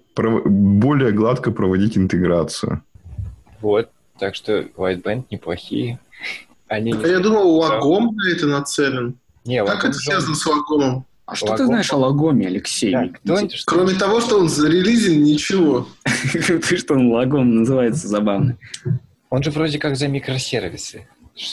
более гладко проводить интеграцию. Вот, так что Wideband неплохие. Я думал, лагом на это нацелен. Не, как это связано с лагомом? А что ты знаешь о лагоме, Алексей? Кроме того, что он зарелизен, ничего. Ты что, он лагом называется забавно. Он же вроде как за микросервисы.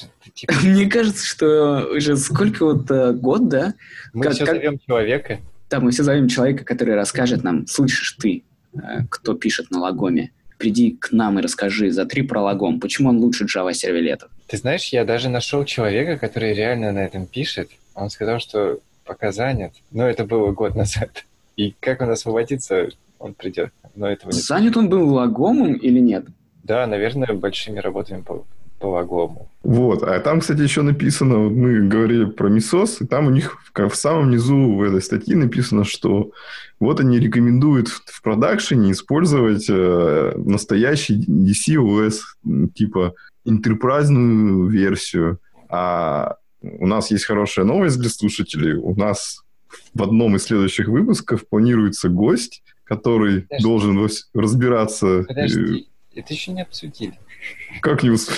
Мне кажется, что уже сколько год, да? Мы все зовем человека. Да, мы все зовем человека, который расскажет нам, слышишь ты, кто пишет на лагоме, приди к нам и расскажи, затри про лагом, почему он лучше Java сервелетов. Ты знаешь, я даже нашел человека, который реально на этом пишет. Он сказал, что пока занят, но это было год назад. И как он освободится, он придет. Но этого не занят он был лагомом или нет? Да, наверное, большими работами по лагому. Вот. А там, кстати, еще написано, вот мы говорили про Mesos, и там у них в самом низу в этой статье написано, что вот они рекомендуют в продакшене использовать настоящий DCOS, типа интерпрайзную версию. А у нас есть хорошая новость для слушателей. У нас в одном из следующих выпусков планируется гость, который должен разбираться... Подожди. Это еще не обсудили. Как не успели?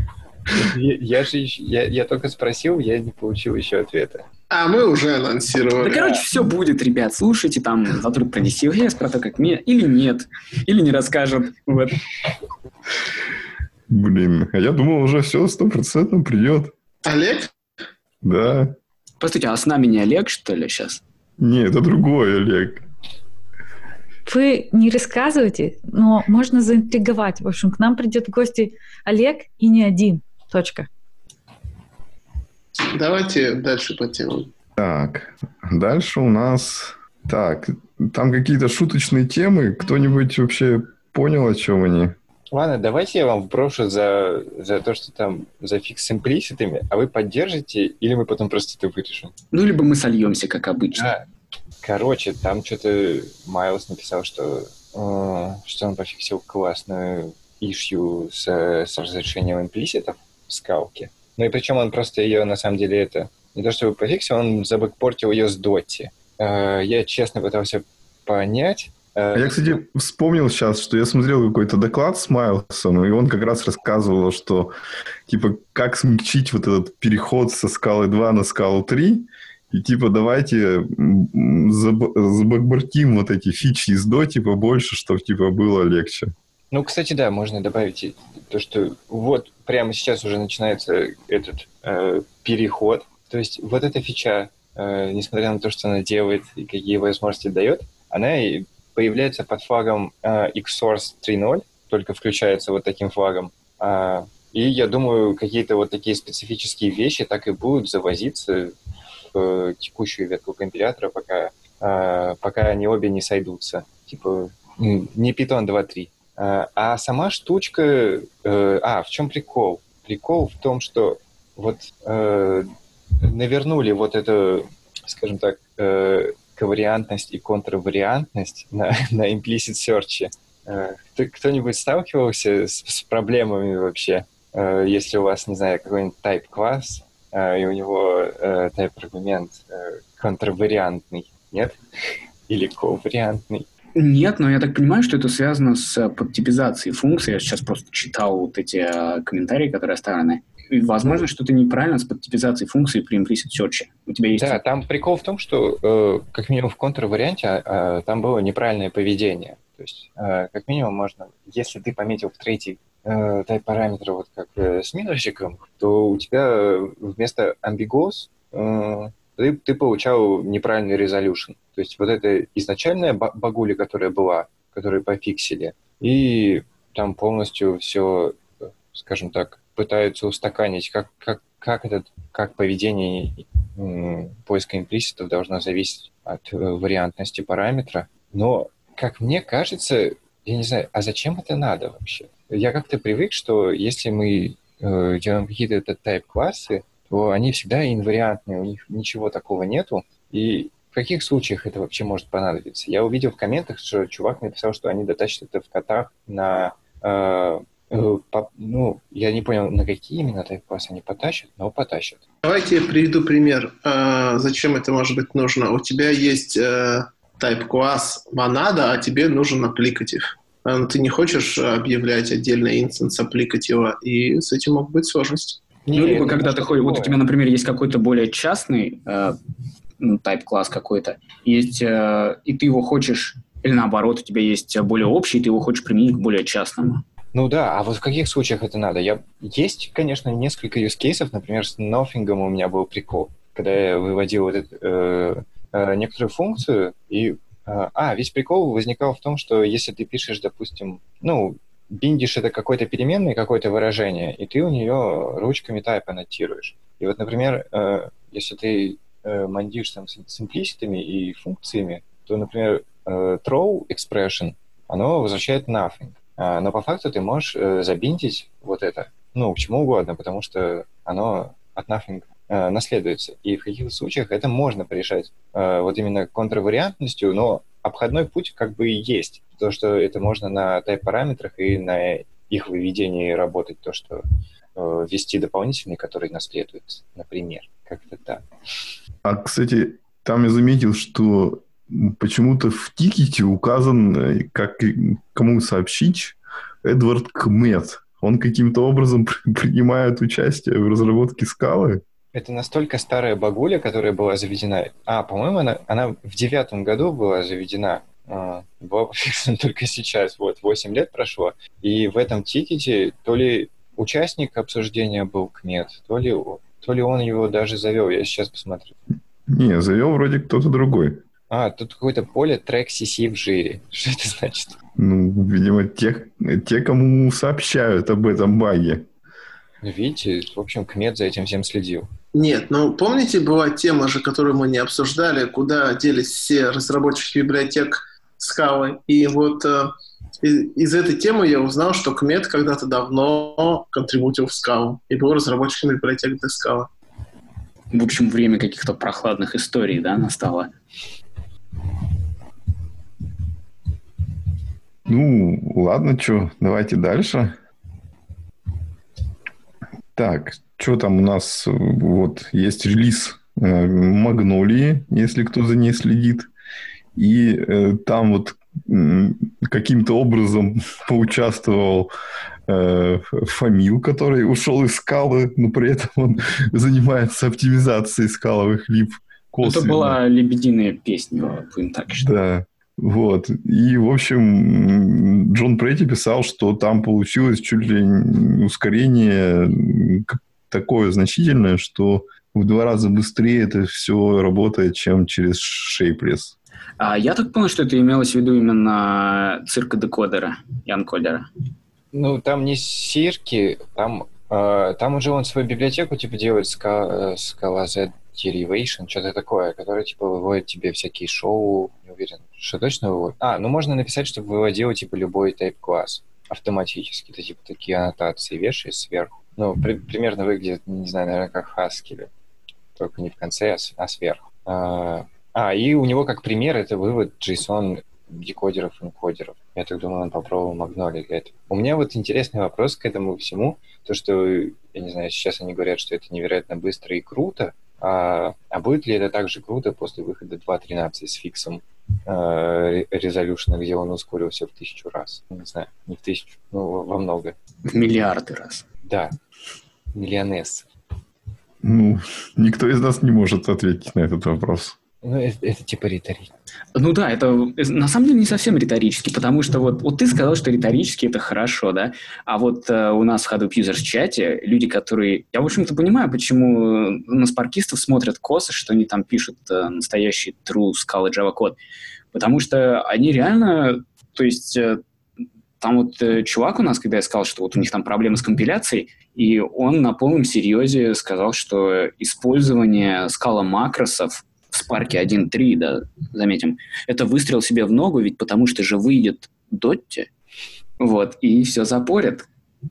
Я только спросил, я не получил еще ответа. А мы уже анонсировали. Да, короче, все будет, ребят. Слушайте, там завтра про DCOS, про то, как или нет, или не расскажут. Вот. Блин, а я думал, уже все 100% придет. Олег? Да. Постойте, а с нами не Олег, что ли, сейчас? Не, это другой Олег. Вы не рассказывайте, но можно заинтриговать. В общем, к нам придет в гости Олег и не один. Точка. Давайте дальше по теме. Так, дальше у нас Так, там какие-то шуточные темы. Кто-нибудь вообще понял, о чем они? Ладно, давайте я вам вброшу за то, что там за фикс с имплиситами, а вы поддержите, или мы потом просто это вырежем. Ну, либо мы сольемся, как обычно. Да. Короче, там что-то Майлз написал, что он пофиксил классную issue с разрешением имплиситов в скалке. Ну и причем он просто ее, на самом деле, не то чтобы пофиксил, он забэкпортил ее с Доти. Я честно пытался понять. Я, кстати, вспомнил сейчас, что я смотрел какой-то доклад с Майлсом, и он как раз рассказывал, что типа как смягчить вот этот переход со скалы 2 на скалу 3, и типа давайте забэкбортим вот эти фичи из Доти побольше, чтобы типа было легче. Ну, кстати, да, можно добавить то, что вот прямо сейчас уже начинается этот переход. То есть вот эта фича, несмотря на то, что она делает и какие возможности дает, она и появляется под флагом Xsource 3.0, только включается вот таким флагом. И я думаю, какие-то вот такие специфические вещи так и будут завозиться в текущую ветку компилятора, пока они обе не сойдутся. Типа не Python 2.3. А сама штучка... в чем прикол? Прикол в том, что вот навернули вот эту, скажем так, ковариантность и контравариантность на implicit search. Кто-нибудь сталкивался с проблемами вообще? Если у вас, не знаю, какой-нибудь type-класс, и у него type-аргумент контравариантный, нет? Или ковариантный? Нет, но я так понимаю, что это связано с подтипизацией функций. Я сейчас просто читал вот эти комментарии, которые оставлены. И возможно, что это неправильно с подтипизацией функций при implicit search. У тебя есть... Да, там прикол в том, что как минимум в контр-варианте там было неправильное поведение. То есть как минимум можно, если ты пометил в третий type параметра вот как с минусиком, то у тебя вместо ambiguous ты получал неправильный resolution. То есть вот эта изначальная багуля, которая была, которую пофиксили, и там полностью все, скажем так, пытаются устаканить, как поведение поиска имплиситов должно зависеть от вариантности параметра. Но, как мне кажется, я не знаю, а зачем это надо вообще? Я как-то привык, что если мы делаем какие-то type-классы, то они всегда инвариантные, у них ничего такого нету. И в каких случаях это вообще может понадобиться? Я увидел в комментах, что чувак написал, что они дотащат это в котах на... я не понял, на какие именно type-классы они потащат, но потащат. Давайте я приведу пример. Зачем это может быть нужно? У тебя есть type-класс монада, а тебе нужен applicative. Ты не хочешь объявлять отдельный инстанс аппликатива, и с этим могут быть сложности. либо когда ты ходишь, вот у тебя, например, есть какой-то более частный type-класс какой-то, есть, и ты его хочешь, или наоборот, у тебя есть более общий, и ты его хочешь применить к более частному. Ну да, а вот в каких случаях это надо? Есть, конечно, несколько use cases, например, с Nothing у меня был прикол, когда я выводил вот эту, некоторую функцию, и весь прикол возникал в том, что если ты пишешь, допустим, биндишь это какой-то переменной, какое-то выражение, и ты у нее ручками type аннотируешь. И вот, например, если ты мандишь там с имплиситами и функциями, то, например, throw expression, оно возвращает nothing. Но по факту ты можешь забиндить вот это, к чему угодно, потому что оно от nothing наследуется. И в каких-то случаях это можно порешать вот именно контравариантностью, но обходной путь как бы и есть. То, что это можно на type-параметрах и на их выведении работать, то, что ввести дополнительный, который наследует, например. Как-то так. Кстати, там я заметил, что почему-то в тикете указан, кому сообщить, Эдвард Кмет. Он каким-то образом принимает участие в разработке скалы. Это настолько старая багуля, которая была заведена. По-моему, она в 2009 году была заведена. Была пофиксена только сейчас. 8 лет прошло. И в этом тикете то ли участник обсуждения был Кмет, то ли он его даже завел. Я сейчас посмотрю. Не, завел вроде кто-то другой. Тут какое-то поле трек CC в жире. Что это значит? Видимо, те, кому сообщают об этом баге. Видите, в общем, Кмет за этим всем следил. Нет, ну помните, была тема же, которую мы не обсуждали, куда делись все разработчики библиотек Scala. И вот из этой темы я узнал, что Кмет когда-то давно контрибутил в Scala и был разработчиком библиотек для Scala. В общем, время каких-то прохладных историй, да, настало. Ну, ладно, что, давайте дальше. Так, что там у нас? Вот есть релиз Магнолии, если кто за ней следит. И там вот каким-то образом поучаствовал Фамил, который ушел из Скалы, но при этом он занимается оптимизацией скаловых либ косвенно. Это была лебединая песня, будем так считать. Да. Вот. И, в общем, Джон Претти писал, что там получилось чуть ли ускорение такое значительное, что в 2 раза быстрее это все работает, чем через Shapeless. Я так понял, что это имелось в виду именно цирка декодера и анкодера. Ну, там не сирки, там уже он свою библиотеку типа делает Scala Z Derivation, что-то такое, которое типа выводит тебе всякие шоу, не уверен, что точно выводит. Ну можно написать, чтобы выводил типа любой type-класс автоматически. Ты типа такие аннотации вешаешь сверху. Ну, примерно выглядит, не знаю, наверное, как Haskell, только не в конце, а сверху. И у него как пример это вывод JSON декодеров и энкодеров. Я так думаю, он попробовал Magnolia для этого. У меня вот интересный вопрос к этому всему. То, что, я не знаю, сейчас они говорят, что это невероятно быстро и круто. А будет ли это так же круто после выхода 2.13 с фиксом резолюшена, где он ускорился в 1000 раз? Не знаю, не в 1000, ну, во много. В миллиарды раз. Да, миллионес. Ну, никто из нас не может ответить на этот вопрос. Ну, это типа риторически. Ну да, это на самом деле не совсем риторически, потому что вот ты сказал, что риторически это хорошо, да? А вот у нас в Hadoop Users чате люди, которые... Я, в общем-то, понимаю, почему на спаркистов смотрят косо, что они там пишут настоящий true Scala Java код. Потому что они реально... То есть там вот чувак у нас, когда я сказал, что вот у них там проблемы с компиляцией, и он на полном серьезе сказал, что использование Scala макросов в Spark 1.3, да, заметим, это выстрел себе в ногу, ведь потому что же выйдет Дотти, вот, и все запорят.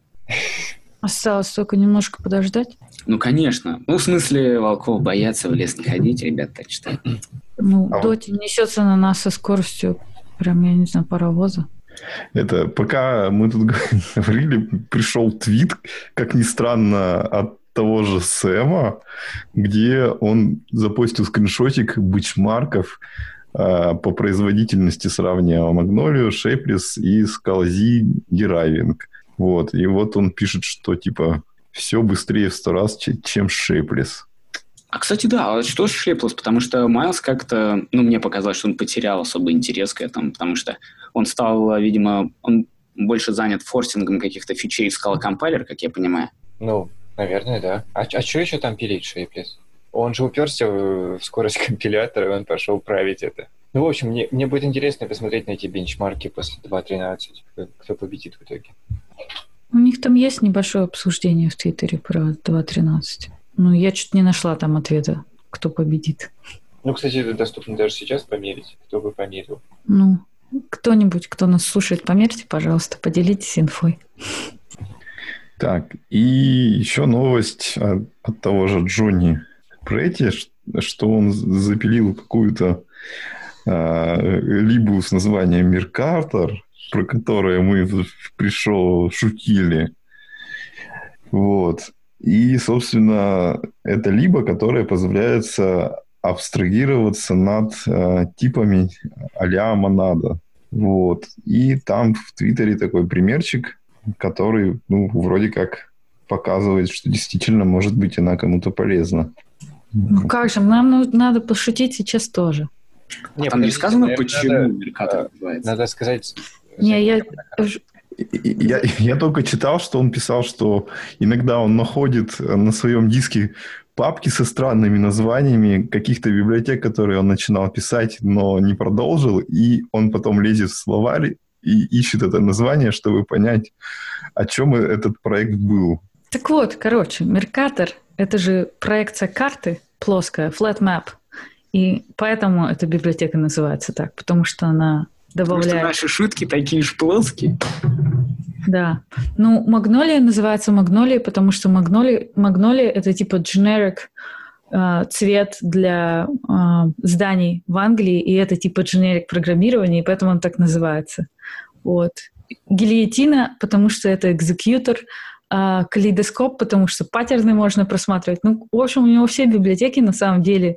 Осталось только немножко подождать. Ну, конечно. Ну, в смысле, волков боятся, в лес не ходить, ребят, так считают. Ну, Дотти несется на нас со скоростью, прям, я не знаю, паровоза. Это пока мы тут говорили, пришел твит, как ни странно, от того же Сэма, где он запостил скриншотик бенчмарков по производительности, сравнивая Magnolia, Shapeless и Scala Z Deriving. Вот. И вот он пишет, что типа все быстрее в 100 раз, чем Shapeless. А, кстати, да, а что с Shapeless? Потому что Майлз как-то, мне показалось, что он потерял особый интерес к этому, потому что он стал, видимо, он больше занят форсингом каких-то фичей в Scala Compiler, как я понимаю. Ну, наверное, да. А что еще там пилить, Shapeless? Он же уперся в скорость компилятора, и он пошел править это. Ну, в общем, мне будет интересно посмотреть на эти бенчмарки после 2.13. Кто победит в итоге. У них там есть небольшое обсуждение в Твиттере про 2.13. Ну, я чуть не нашла там ответа, кто победит. Ну, кстати, это доступно даже сейчас померить. Кто бы померил. Ну, кто-нибудь, кто нас слушает, померьте, пожалуйста, поделитесь инфой. Так, и еще новость от того же Джонни Претти, что он запилил какую-то либу с названием Mercator, про которое мы пришел шутили. Вот. И, собственно, это либо, которая позволяет абстрагироваться над типами а-ля монада. Вот. И там в Твиттере такой примерчик, который, вроде как показывает, что действительно, может быть, она кому-то полезна. Ну как же, нам надо пошутить сейчас тоже. Нет, там не сказано, почему Меркатор называется. Надо сказать... Я только читал, что он писал, что иногда он находит на своем диске папки со странными названиями каких-то библиотек, которые он начинал писать, но не продолжил, и он потом лезет в словарь и ищет это название, чтобы понять, о чем этот проект был. Так вот, короче, Mercator — это же проекция карты плоская, flat map. И поэтому эта библиотека называется так, потому что она добавляет... Потому что наши шутки такие же плоские. Да. Ну, Magnolia называется Magnolia, потому что Magnolia — это типа generic цвет для зданий в Англии, и это типа generic программирование, и поэтому он так называется. Вот. Гильотина, потому что это экзекьютор, калейдоскоп, потому что паттерны можно просматривать. Ну, в общем, у него все библиотеки на самом деле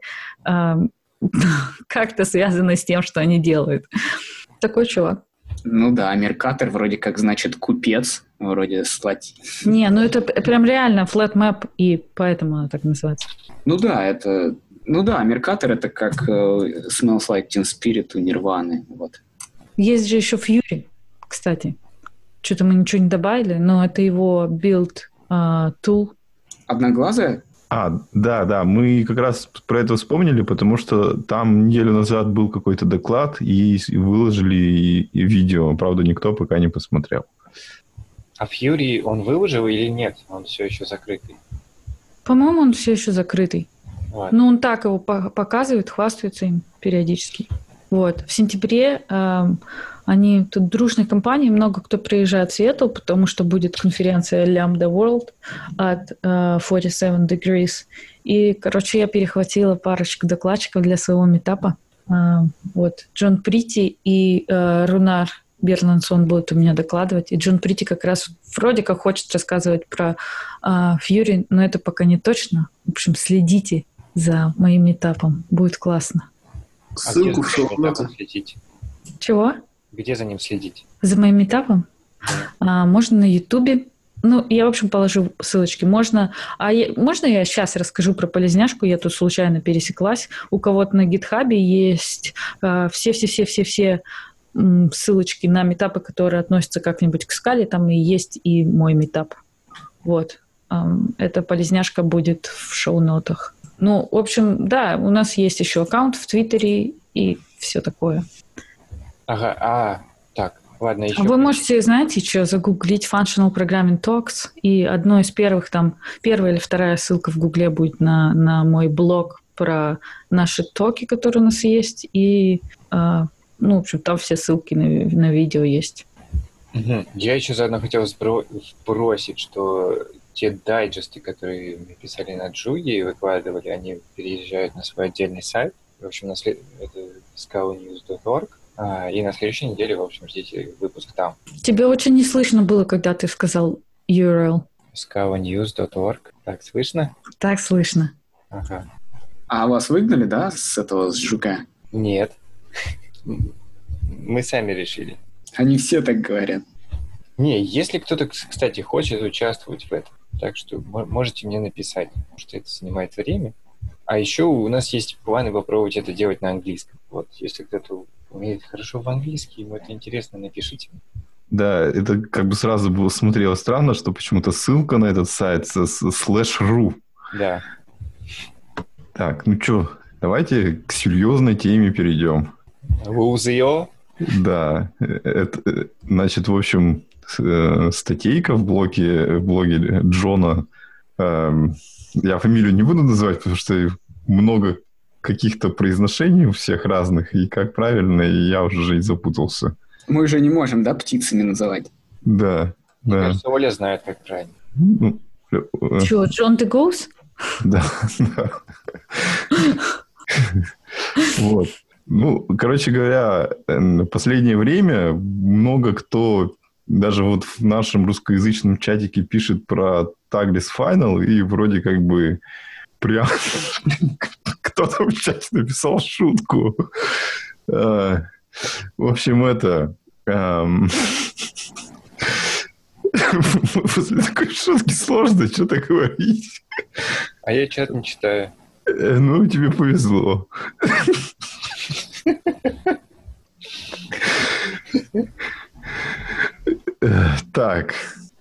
как-то связаны с тем, что они делают. Такой чувак. Ну да, Mercator вроде как значит купец, вроде с латинь. Не, ну это прям реально flat map, и поэтому она так называется. Ну да, Mercator это как Smells Like Teen Spirit у Нирваны. Вот. Есть же еще Fury, кстати. Что-то мы ничего не добавили, но это его build tool. Одноглазая? Да, мы как раз про это вспомнили, потому что там неделю назад был какой-то доклад, и выложили и видео. Правда, никто пока не посмотрел. А Fury он выложил или нет? Он все еще закрытый? По-моему, он все еще закрытый. Ладно. Ну, он так его показывает, хвастается им периодически. Вот. В сентябре они тут дружной компанией, много кто приезжает в Сиэтл, потому что будет конференция Lambda World от 47 Degrees. И, короче, я перехватила парочку докладчиков для своего митапа. Вот. Джон Прити и Рунар Берлансон будут у меня докладывать. И Джон Прити как раз вроде как хочет рассказывать про Fury, но это пока не точно. В общем, следите за моим митапом. Будет классно. Ссылку в где шоу-ноты. следить? Чего? Где за ним следить? За моим митапом? Можно на Ютубе. Ну, я, в общем, положу ссылочки. Можно я сейчас расскажу про полезняшку? Я тут случайно пересеклась. У кого-то на гитхабе есть все ссылочки на митапы, которые относятся как-нибудь к скале. Там и есть и мой митап. Вот. Эта полезняшка будет в шоу-нотах. Ну, в общем, да, у нас есть еще аккаунт в Твиттере и все такое. Ага, так, ладно, еще. Вы можете, знаете, что, загуглить Functional Programming Talks, и одно из первых, там, первая или вторая ссылка в Гугле будет на мой блог про наши токи, которые у нас есть, и, ну, в общем, там все ссылки на видео есть. Угу. Я еще заодно хотел сбросить, что те дайджесты, которые мы писали на Джуге и выкладывали, они переезжают на свой отдельный сайт. В общем, это scalanews.org. И на следующей неделе, в общем, ждите выпуск там. Тебе очень не слышно было, когда ты сказал URL. scalanews.org. Так слышно? Так слышно. Ага. А вас выгнали, да, с жука? Нет. Мы сами решили. Они все так говорят. Не, если кто-то, кстати, хочет участвовать в этом, так что можете мне написать, потому что это занимает время. А еще у нас есть планы попробовать это делать на английском. Вот, если кто-то умеет хорошо в английский, ему это интересно, напишите. Да, это как бы сразу было смотрело странно, что почему-то ссылка на этот сайт /ru. Да. Так, ну что, давайте к серьезной теме перейдем. Лузио? Да, это, значит, в общем, статейка в блоге Джона. Я фамилию не буду называть, потому что много каких-то произношений у всех разных, и как правильно, и я уже и запутался. Мы уже не можем, да, птицами называть? Да. Мне кажется, Оля знает, как правильно. Ну, Чего, Джон the Goose? Да. Вот. Ну, короче говоря, в последнее время много кто даже вот в нашем русскоязычном чатике пишет про Tagless Final, и вроде как бы прям кто-то в чате написал шутку. В общем, это... После такой шутки сложно что-то говорить. А я чат не читаю. Ну, тебе повезло. Так.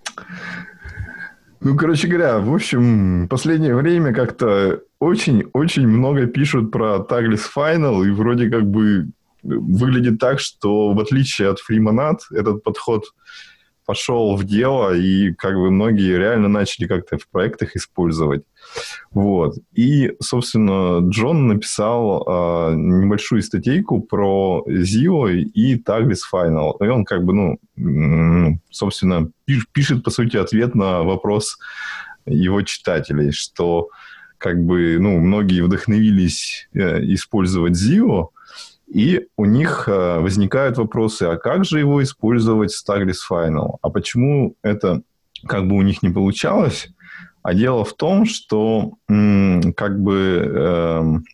Ну, короче говоря, в общем, в последнее время как-то очень-очень много пишут про Tagless Final, и вроде как бы выглядит так, что в отличие от Freemonad, этот подход пошел в дело, и как бы многие реально начали как-то в проектах использовать. Вот. И, собственно, Джон написал небольшую статейку про Zio и Tagless Final. И он как бы, собственно, пишет, по сути, ответ на вопрос его читателей, что как бы, многие вдохновились использовать Zio, и у них возникают вопросы, а как же его использовать с Tagless Final? А почему это как бы у них не получалось? А дело в том, что как бы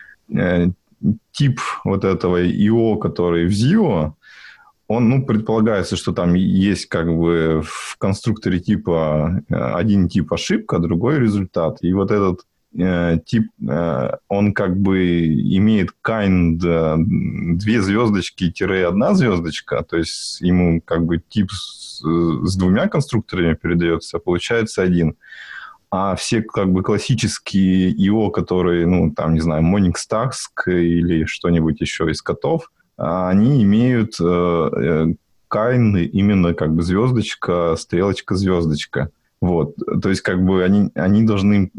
тип вот этого IO, который в Zio, он, предполагается, что там есть как бы в конструкторе типа один тип ошибка, другой результат. И вот этот тип, он как бы имеет kind 2 звездочки-1 звездочка, то есть ему как бы тип с 2 конструкторами передается, а получается 1. А все как бы классические IO, которые, Monix Task или что-нибудь еще из котов, они имеют kind именно как бы звездочка, стрелочка, звездочка. Вот. То есть, как бы они должны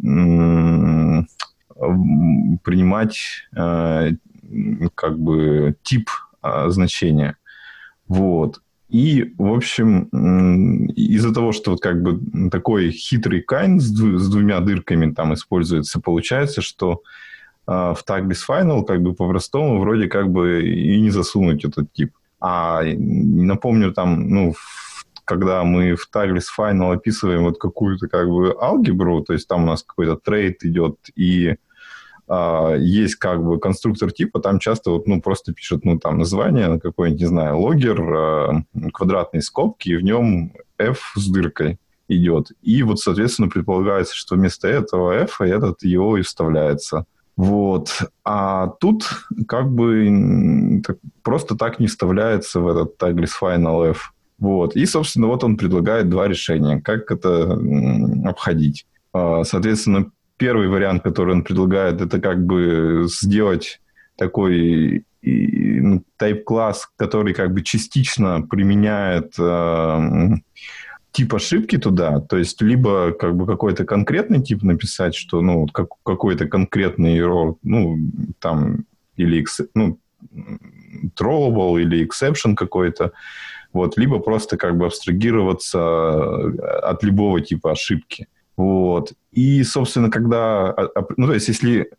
принимать как бы тип значения. Вот. И, в общем, из-за того, что вот как бы такой хитрый kind с 2 дырками там используется, получается, что в Tagless Final как бы по-простому вроде как бы и не засунуть этот тип. А напомню, там, когда мы в Tagless Final описываем вот какую-то как бы алгебру, то есть там у нас какой-то трейд идет, и есть как бы конструктор типа, там часто вот, просто пишут, там название, какой-нибудь, не знаю, логер, квадратные скобки, и в нем f с дыркой идет. И вот, соответственно, предполагается, что вместо этого f этот IO и вставляется. Вот. А тут как бы просто так не вставляется в этот Tagless Final F. Вот. И, собственно, вот он предлагает 2 решения, как это обходить. Соответственно, первый вариант, который он предлагает, это как бы сделать такой type-класс, который как бы частично применяет тип ошибки туда, то есть либо как бы какой-то конкретный тип написать, что какой-то конкретный error, там или throwable или exception какой-то, вот, либо просто как бы абстрагироваться от любого типа ошибки. Вот. И, собственно, когда... то есть, если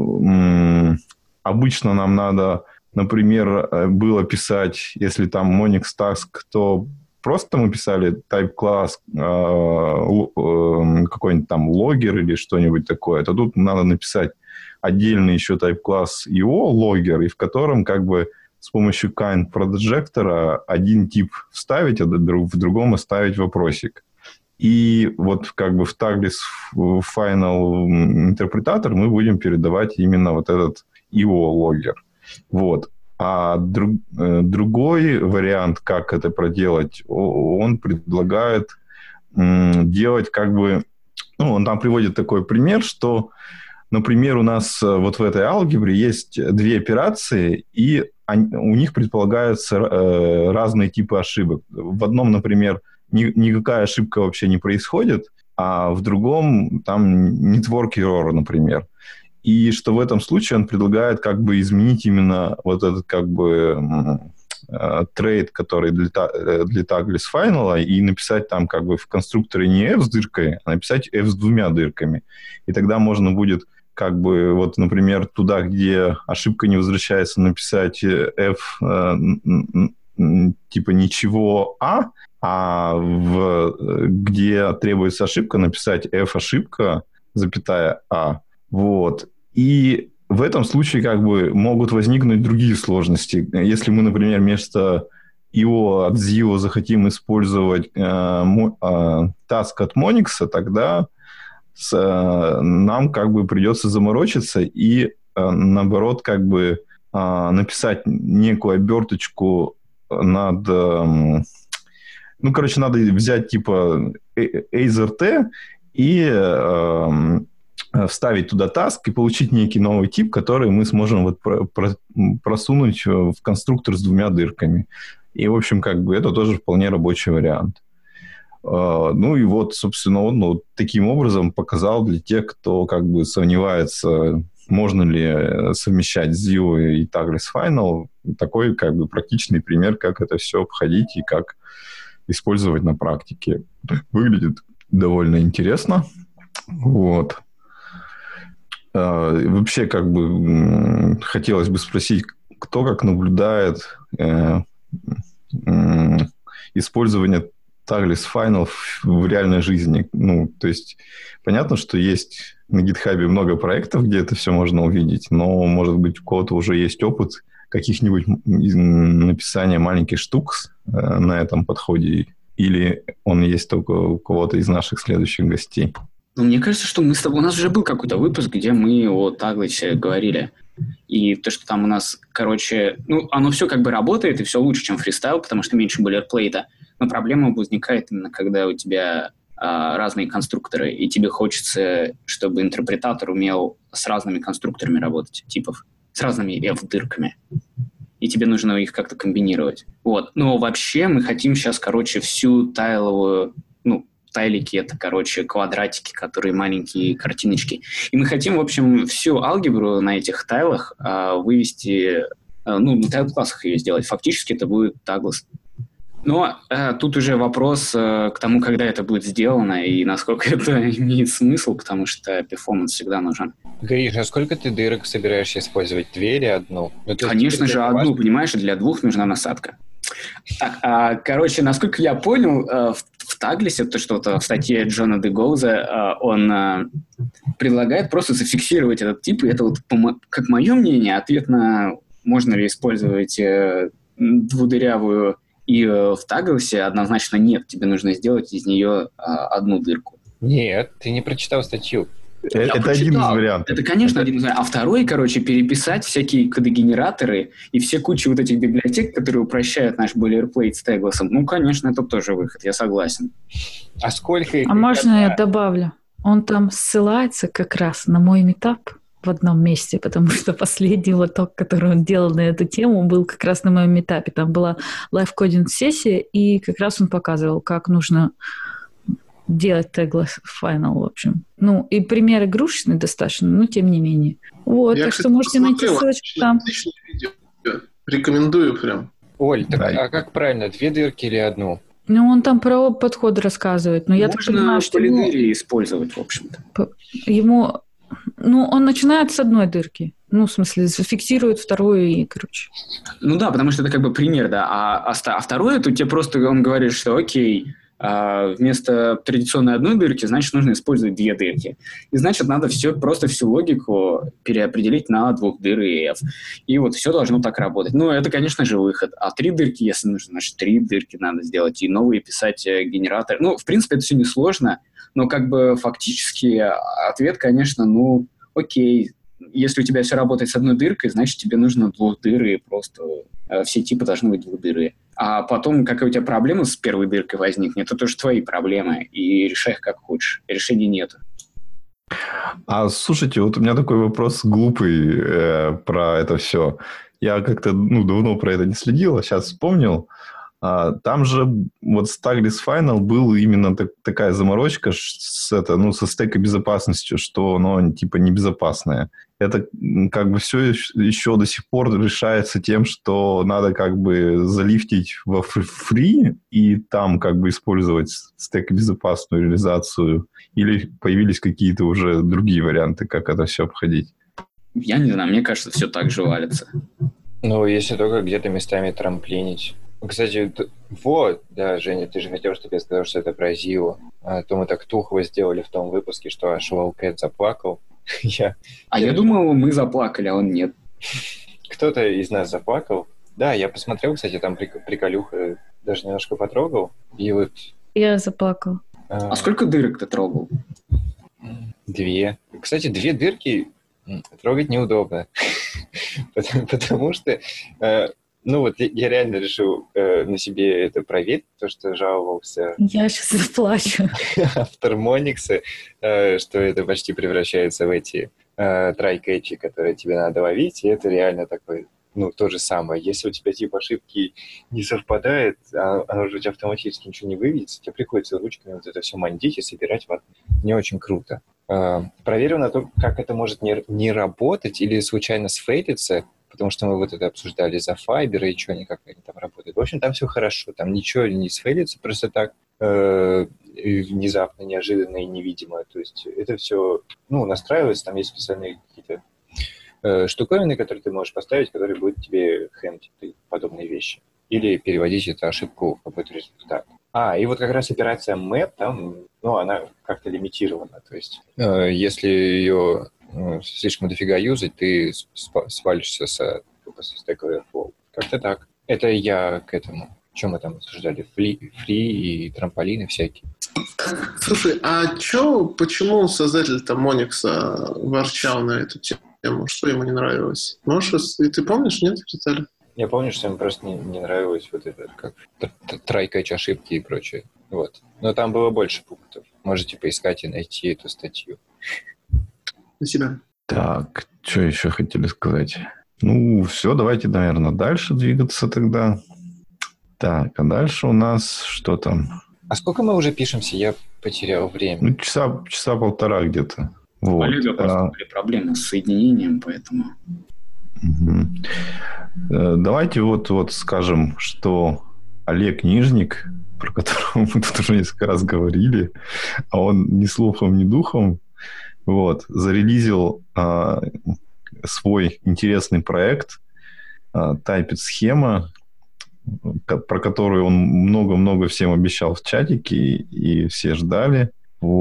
обычно нам надо, например, было писать, если там Monix Task, то просто мы писали type-класс, какой-нибудь там логер или что-нибудь такое, то тут надо написать отдельный еще type-класс IO логер, и в котором как бы с помощью kind projector один тип вставить, а в другом оставить вопросик. И вот как бы в Tagless Final интерпретатор мы будем передавать именно вот этот IO-логер. Вот. А другой вариант, как это проделать, он предлагает делать как бы... он там приводит такой пример, что, например, у нас вот в этой алгебре есть 2 операции, и у них предполагаются разные типы ошибок. В одном, например, никакая ошибка вообще не происходит, а в другом там network error, например. И что в этом случае он предлагает как бы изменить именно вот этот как бы трейд, который для Tagless Final, и написать там как бы в конструкторе не f с дыркой, а написать f с 2 дырками. И тогда можно будет как бы вот, например, туда, где ошибка не возвращается, написать f типа ничего где требуется ошибка, написать f ошибка, запятая а. Вот. И в этом случае как бы могут возникнуть другие сложности. Если мы, например, вместо IO от Zio захотим использовать task от Monix, тогда нам как бы придется заморочиться и наоборот как бы написать некую оберточку над... надо взять типа AZRT и вставить туда task и получить некий новый тип, который мы сможем вот просунуть в конструктор с 2 дырками. И, в общем, как бы это тоже вполне рабочий вариант. Ну и вот, собственно, он таким образом показал для тех, кто как бы сомневается, можно ли совмещать Zio и Tagless Final, такой как бы практичный пример, как это все обходить и как использовать на практике. Выглядит довольно интересно. Вот. Вообще, как бы, хотелось бы спросить, кто как наблюдает использование Tagless Final в реальной жизни. Ну, то есть, понятно, что есть на GitHub много проектов, где это все можно увидеть, но, может быть, у кого-то уже есть опыт каких-нибудь написания маленьких штук на этом подходе, или он есть только у кого-то из наших следующих гостей? Ну, мне кажется, что мы с тобой... У нас уже был какой-то выпуск, где мы о Tagless говорили. И то, что там у нас, короче... Ну, оно все как бы работает, и все лучше, чем фристайл, потому что меньше бойлерплейта. Но проблема возникает именно, когда у тебя разные конструкторы, и тебе хочется, чтобы интерпретатор умел с разными конструкторами работать, типов, с разными F-дырками. И тебе нужно их как-то комбинировать. Вот. Но вообще мы хотим сейчас, короче, всю тайловую... Ну, тайлики — это, короче, квадратики, которые маленькие картиночки. И мы хотим, в общем, всю алгебру на этих тайлах вывести... Ну, на тайл-классах ее сделать. Фактически это будет Tagless. Но тут уже вопрос к тому, когда это будет сделано и насколько это имеет смысл, потому что перформанс всегда нужен. Гриш, а сколько ты дырок собираешься использовать? 2 или одну? Ну, конечно же, одну, понимаешь, для 2 нужна насадка. Так, короче, насколько я понял, в Tagless, это что-то в статье Джона Дегоуза, он предлагает просто зафиксировать этот тип, и это вот, как мое мнение, ответ на можно ли использовать двудырявую. И в Tagless однозначно нет. Тебе нужно сделать из нее одну дырку. Нет, ты не прочитал статью. Это один из вариантов. Это, конечно, один из вариантов. А второй, короче, переписать всякие кодогенераторы и все кучи вот этих библиотек, которые упрощают наш boilerplate с Tagless. Ну, конечно, это тоже выход, я согласен. А сколько их? А можно я добавлю? Он там ссылается как раз на мой митап в одном месте, потому что последний лоток, который он делал на эту тему, был как раз на моем митапе. Там была лайв-кодинг-сессия, и как раз он показывал, как нужно делать Tagless Final, в общем. Ну, и пример игрушечный достаточно, но тем не менее. Вот, Я, так кстати, что можете найти ссылочку там. Отличное видео. Рекомендую прям. Оль, так, а как правильно, 2 дырки или одну? Ну, он там про подходы рассказывает, но я так Можно понимаю, что полидырии использовать, в общем-то. ему... Ну, он начинает с одной дырки. Ну, в смысле, зафиксирует вторую и, короче. Ну да, потому что это как бы пример, да. А второе, тут тебе просто он говорит, что окей, вместо традиционной одной дырки, значит, нужно использовать 2 дырки. И значит, надо просто всю логику переопределить на 2 дыры и F. И вот все должно так работать. Ну, это, конечно же, выход. А 3 дырки, если нужно, значит, 3 дырки надо сделать. И новые писать генераторы. Ну, в принципе, это все несложно. Но как бы фактически ответ, конечно, ну, окей. Если у тебя все работает с одной дыркой, значит, тебе нужно 2 дыры, и просто все типы должны быть 2 дыры. А потом, какая у тебя проблема с первой дыркой возникнет, это уже твои проблемы, и решай их как хочешь. Решений нет. А слушайте, вот у меня такой вопрос глупый про это все. Я как-то давно про это не следил, а сейчас вспомнил. Там же вот с Tagless Final был именно такая заморочка со стейкобезопасностью, что оно типа небезопасное. Это как бы все еще до сих пор решается тем, что надо как бы залифтить во free и там как бы использовать стейкобезопасную реализацию. Или появились какие-то уже другие варианты, как это все обходить? Я не знаю, мне кажется, все так же валится. Ну, если только где-то местами трамплинить. Кстати, вот, да, Женя, ты же хотел, чтобы я сказал, что это про Zio. А то мы так тухло сделали в том выпуске, что аж Wildcat заплакал. Я думал, мы заплакали, а он нет. Кто-то из нас заплакал. Да, я посмотрел, кстати, там приколюха, даже немножко потрогал. И вот... Я заплакал. А сколько дырок ты трогал? 2. Кстати, 2 дырки трогать неудобно. Потому что... Ну вот я реально решил на себе это проверить, то, что жаловался... Я сейчас заплачу. Автор Моникса, что это почти превращается в эти трай-кэтчи, которые тебе надо ловить, и это реально такой ну, то же самое. Если у тебя тип ошибки не совпадает, оно же у тебя автоматически ничего не выведется, тебе приходится ручками вот это все мандить и собирать не очень круто. Проверю на то, как это может не работать или случайно сфейлиться, потому что мы вот это обсуждали за Fiverr и что они, как они там работают. В общем, там все хорошо, там ничего не сфейлится просто так внезапно, неожиданно и невидимо. То есть это все, ну, настраивается, там есть специальные какие-то штуковины, которые ты можешь поставить, которые будут тебе хендить подобные вещи. Или переводить эту ошибку в какой-то результат. И вот как раз операция map, там, ну, она как-то лимитирована. То есть, если ее слишком дофига юзать, ты свалишься со Stack Overflow. Как-то так. Это я к этому. Чем мы там обсуждали? Фри и трамполины всякие. Слушай, почему создатель-то Моникса ворчал на эту тему? Что ему не нравилось? Можешь, ты помнишь, нет, детали? Я помню, что им просто не нравилось вот это, как try-catch ошибки и прочее. Вот. Но там было больше пунктов. Можете поискать и найти эту статью. Спасибо. Так, что еще хотели сказать? Ну, все, давайте, наверное, дальше двигаться тогда. Так, а дальше у нас что там? А сколько мы уже пишемся? Я потерял время. Ну, часа полтора где-то. У Олега просто были проблемы с соединением, поэтому... Угу. Давайте вот скажем, что Олег Нижник, про которого мы тут уже несколько раз говорили, а он ни слухом, ни духом, зарелизил свой интересный проект Typed-схема, про которую он много-много всем обещал в чатике, и все ждали.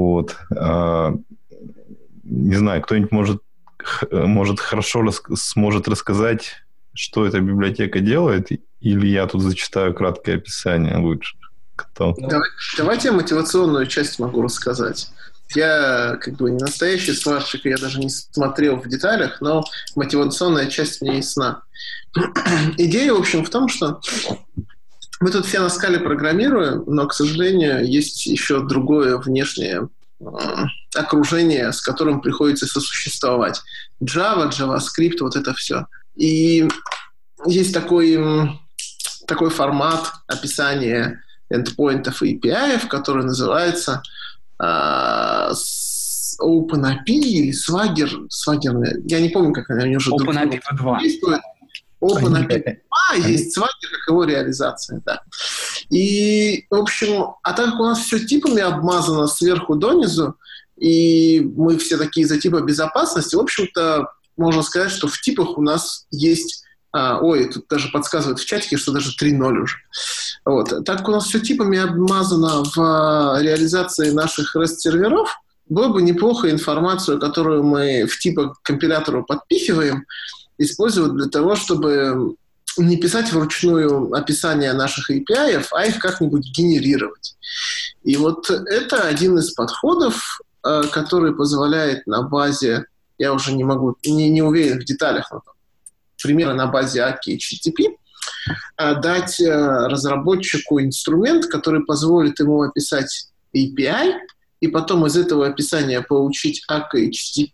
Не знаю, кто-нибудь может хорошо сможет рассказать, что эта библиотека делает, или я тут зачитаю краткое описание лучше? Кто? Давайте я мотивационную часть могу рассказать. Я не настоящий сварщик, я даже не смотрел в деталях, но мотивационная часть мне ясна. Идея, в общем, в том, что мы тут все на скале программируем, но, к сожалению, есть еще другое внешнее окружение, с которым приходится сосуществовать. Java, JavaScript, вот это все. И есть такой формат описания эндпоинтов и API, который называется OpenAPI или Swagger. Я не помню, как они уже OpenAPI V2. действуют. OpenAPI есть Swagger, как его реализация, да. И, в общем, так как у нас все типами обмазано сверху донизу, и мы все такие за типа безопасности, в общем-то, можно сказать, что в типах у нас есть... тут даже подсказывают в чатике, что даже 3.0 уже. Так как у нас все типами обмазано в реализации наших REST-серверов, было бы неплохо информацию, которую мы в типа к компилятору подпихиваем, использовать для того, чтобы не писать вручную описание наших API, а их как-нибудь генерировать. И вот это один из подходов, который позволяет на базе, я уже не уверен в деталях, но примерно на базе ACI и HTTP, дать разработчику инструмент, который позволит ему описать API, и потом из этого описания получить ACI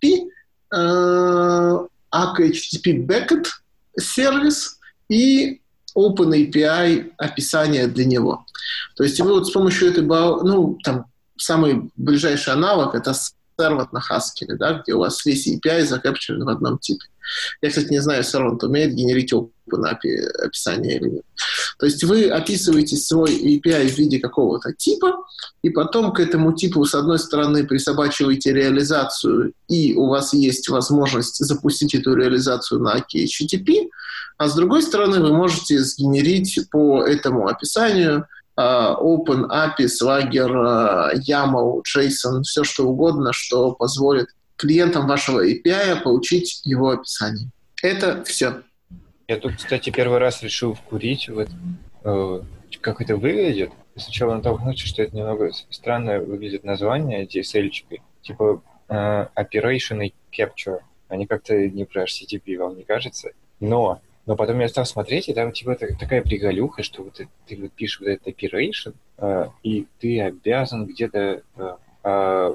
HTTP Backend сервис и OpenAPI описание для него. То есть вы с помощью этой самый ближайший аналог — это Servant на Haskell, да, где у вас весь API закапчирован в одном типе. Я, кстати, не знаю, Servant умеет генерить OpenAPI описание или нет. То есть вы описываете свой API в виде какого-то типа, и потом к этому типу, с одной стороны, присобачиваете реализацию, и у вас есть возможность запустить эту реализацию на ACI HTTP, а с другой стороны, вы можете сгенерить по этому описанию OpenAPI, Swagger, YAML, JSON, все что угодно, что позволит клиентам вашего API получить его описание. Это все. Я тут, кстати, первый раз решил вкурить, как это выглядит. Сначала натолкнуться, что это немного странно выглядит название DSL-чикой. Типа Operation и Capture. Они как-то не про HTTP, вам не кажется? Но потом я стал смотреть, и там типа такая приголюха, что ты пишешь вот этот operation, и ты обязан где-то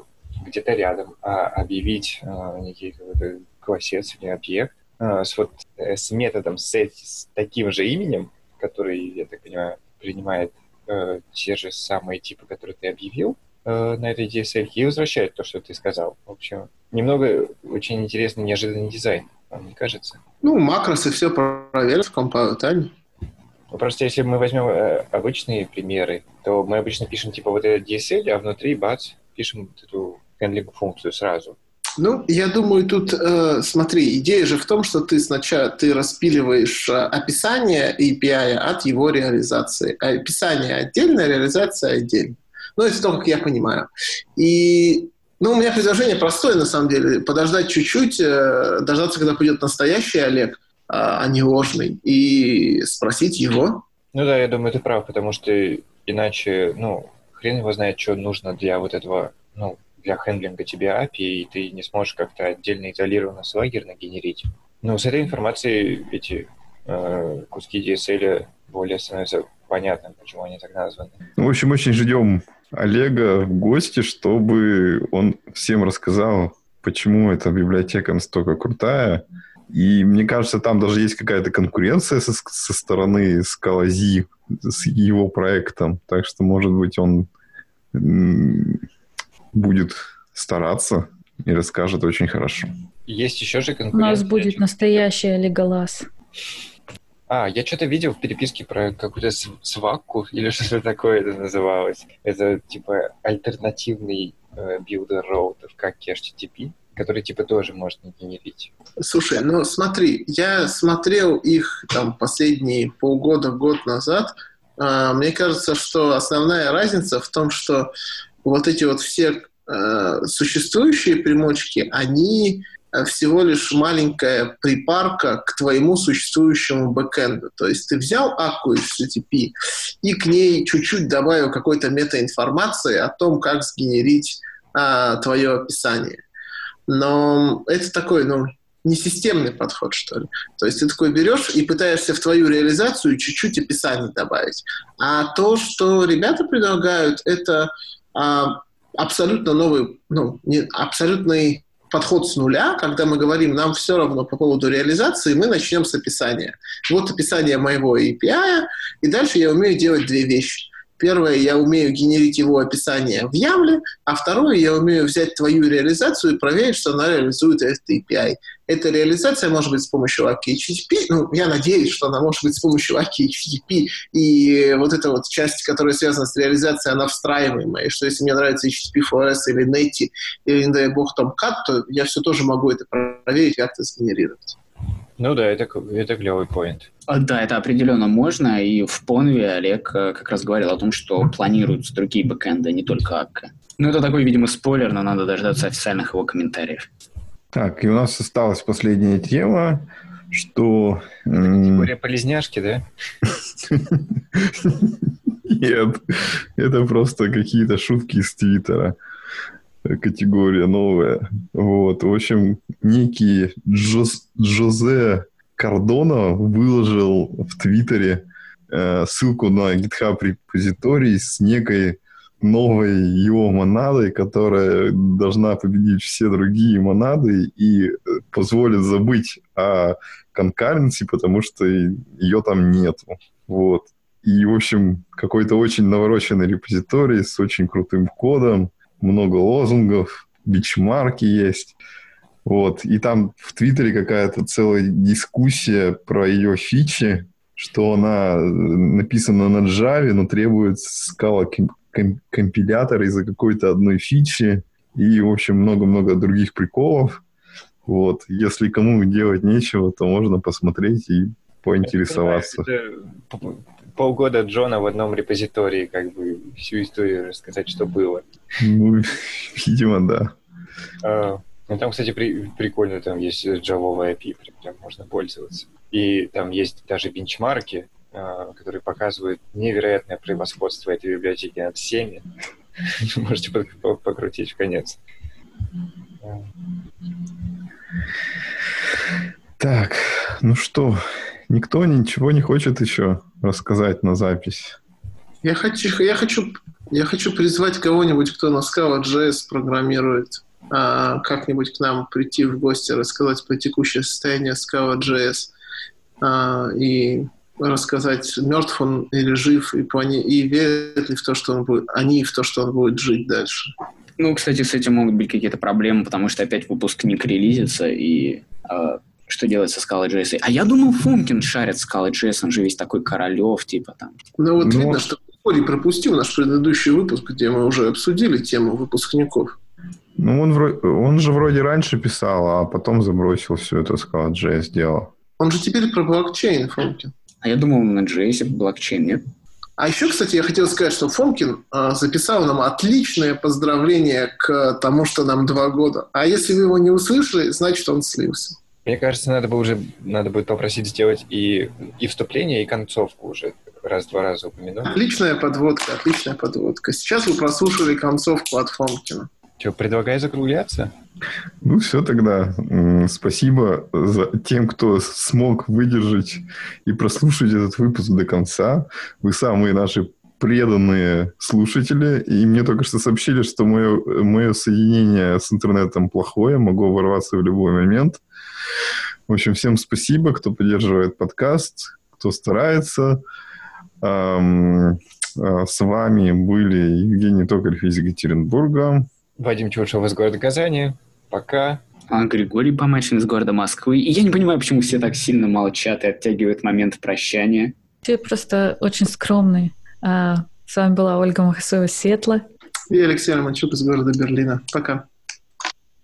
рядом объявить некий какой-то классец или объект с вот с методом с таким же именем, который, я так понимаю, принимает те же самые типы, которые ты объявил на этой DSL, и возвращает то, что ты сказал. В общем, немного очень интересный, неожиданный дизайн, вам не кажется? Ну, макросы все проверят в Compile Time. Ну, просто если мы возьмем обычные примеры, то мы обычно пишем типа вот этот DSL, а внутри, бац, пишем вот эту хендлинг-функцию сразу. Ну, я думаю, тут, смотри, идея же в том, что ты сначала распиливаешь описание API от его реализации. Описание отдельно, реализация отдельно. Ну, это то, как я понимаю. И, ну, у меня предложение простое, на самом деле. Подождать чуть-чуть, дождаться, когда придет настоящий Олег, а не ложный, и спросить его. Ну да, я думаю, ты прав, потому что иначе, ну, хрен его знает, что нужно для вот этого, ну, для хендлинга тебе API, и ты не сможешь как-то отдельно изолированно Swagger нагенерить. Ну, с этой информацией эти куски DSL более становятся понятным, почему они так названы. В общем, очень ждем Олега в гости, чтобы он всем рассказал, почему эта библиотека настолько крутая. И мне кажется, там даже есть какая-то конкуренция со стороны Scala-Z с его проектом. Так что, может быть, он будет стараться и расскажет очень хорошо. Есть еще же У конкуренция. нас будет настоящий Леголас. Я что-то видел в переписке про какую-то свакку или что-то такое это называлось. Это типа альтернативный билдер роутов, как HTTP, который типа тоже может не генерить. Слушай, ну смотри, я смотрел их там последние полгода, год назад. Мне кажется, что основная разница в том, что вот эти вот все существующие примочки, они всего лишь маленькая припарка к твоему существующему бэкэнду. То есть ты взял акку HTTP и к ней чуть-чуть добавил какой-то метаинформации о том, как сгенерить твое описание. Но это такой, несистемный подход, что ли. То есть ты такой берешь и пытаешься в твою реализацию чуть-чуть описаний добавить. А то, что ребята предлагают, это абсолютно новый, абсолютный подход с нуля, когда мы говорим, нам все равно по поводу реализации, мы начнем с описания. Вот описание моего API, и дальше я умею делать две вещи. Первое, я умею генерить его описание в YAML, а второе, я умею взять твою реализацию и проверить, что она реализует этот API. Эта реализация может быть с помощью API HTTP, я надеюсь, что она может быть с помощью API HTTP, и вот эта вот часть, которая связана с реализацией, она встраиваемая, и что если мне нравится HTTP 4S или Netty, или, не дай бог, Tomcat, то я все тоже могу это проверить, как-то сгенерировать. Ну да, это клевый поинт. Да, это определенно можно, и в Понве Олег как раз говорил о том, что планируются другие бэкэнды, не только Akka. Ну, это такой, видимо, спойлер, но надо дождаться официальных его комментариев. Так, и у нас осталась последняя тема, что... Категория полезняшки, да? Нет, это просто какие-то шутки из Твиттера. Категория новая. Вот. В общем, некий Жозе Кардоно выложил в Твиттере ссылку на GitHub репозиторий с некой новой его монадой, которая должна победить все другие монады и позволит забыть о конкуренции, потому что ее там нету. Вот. И, в общем, какой-то очень навороченный репозиторий с очень крутым кодом, много лозунгов, бичмарки есть. Вот. И там в Твиттере какая-то целая дискуссия про ее фичи, что она написана на Java, но требует Scala компилятор из-за какой-то одной фичи. И, в общем, много-много других приколов. Вот. Если кому делать нечего, то можно посмотреть и поинтересоваться. Полгода Джона в одном репозитории, как бы всю историю рассказать, что было. Ну, видимо, да. Ну, там, кстати, прикольно, там есть Java API, прям можно пользоваться. И там есть даже бенчмарки, которые показывают невероятное превосходство этой библиотеки над всеми. Можете покрутить в конец. Так, ну что, никто ничего не хочет еще рассказать на запись? Я хочу призвать кого-нибудь, кто на Scala.js программирует, как-нибудь к нам прийти в гости, рассказать про текущее состояние Scala.js. и рассказать, мертв он или жив, и верят ли в то, что они в то, что он будет жить дальше. Ну, кстати, с этим могут быть какие-то проблемы, потому что опять выпускник релизится, и что делать со Scala.js? А я думал, Фомкин шарит Scala.js, он же весь такой Королев, типа там. Видно, что Коля пропустил наш предыдущий выпуск, где мы уже обсудили тему выпускников. Ну, он же вроде раньше писал, а потом забросил все это Scala.js дело. Он же теперь про блокчейн, Фомкин. А я думал, на JS блокчейн, нет? А еще, кстати, я хотел сказать, что Фомкин записал нам отличное поздравление к тому, что нам 2 года. А если вы его не услышали, значит, он слился. Мне кажется, надо будет попросить сделать и вступление, и концовку уже раз-два раза упомянуть. Отличная подводка. Сейчас вы прослушали концовку от Фомкина. Что, предлагаю закругляться? Ну, все тогда. Спасибо тем, кто смог выдержать и прослушать этот выпуск до конца. Вы самые наши преданные слушатели. И мне только что сообщили, что мое соединение с интернетом плохое. Могу ворваться в любой момент. В общем, всем спасибо, кто поддерживает подкаст, кто старается. С вами были Евгений Токарев из Екатеринбурга. Вадим Чуршев из города Казани. Пока. Григорий Помачин из города Москвы. И я не понимаю, почему все так сильно молчат и оттягивают момент прощания. Все просто очень скромные. С вами была Ольга Махасова из Сиэтла. И Алексей Романчук из города Берлина. Пока.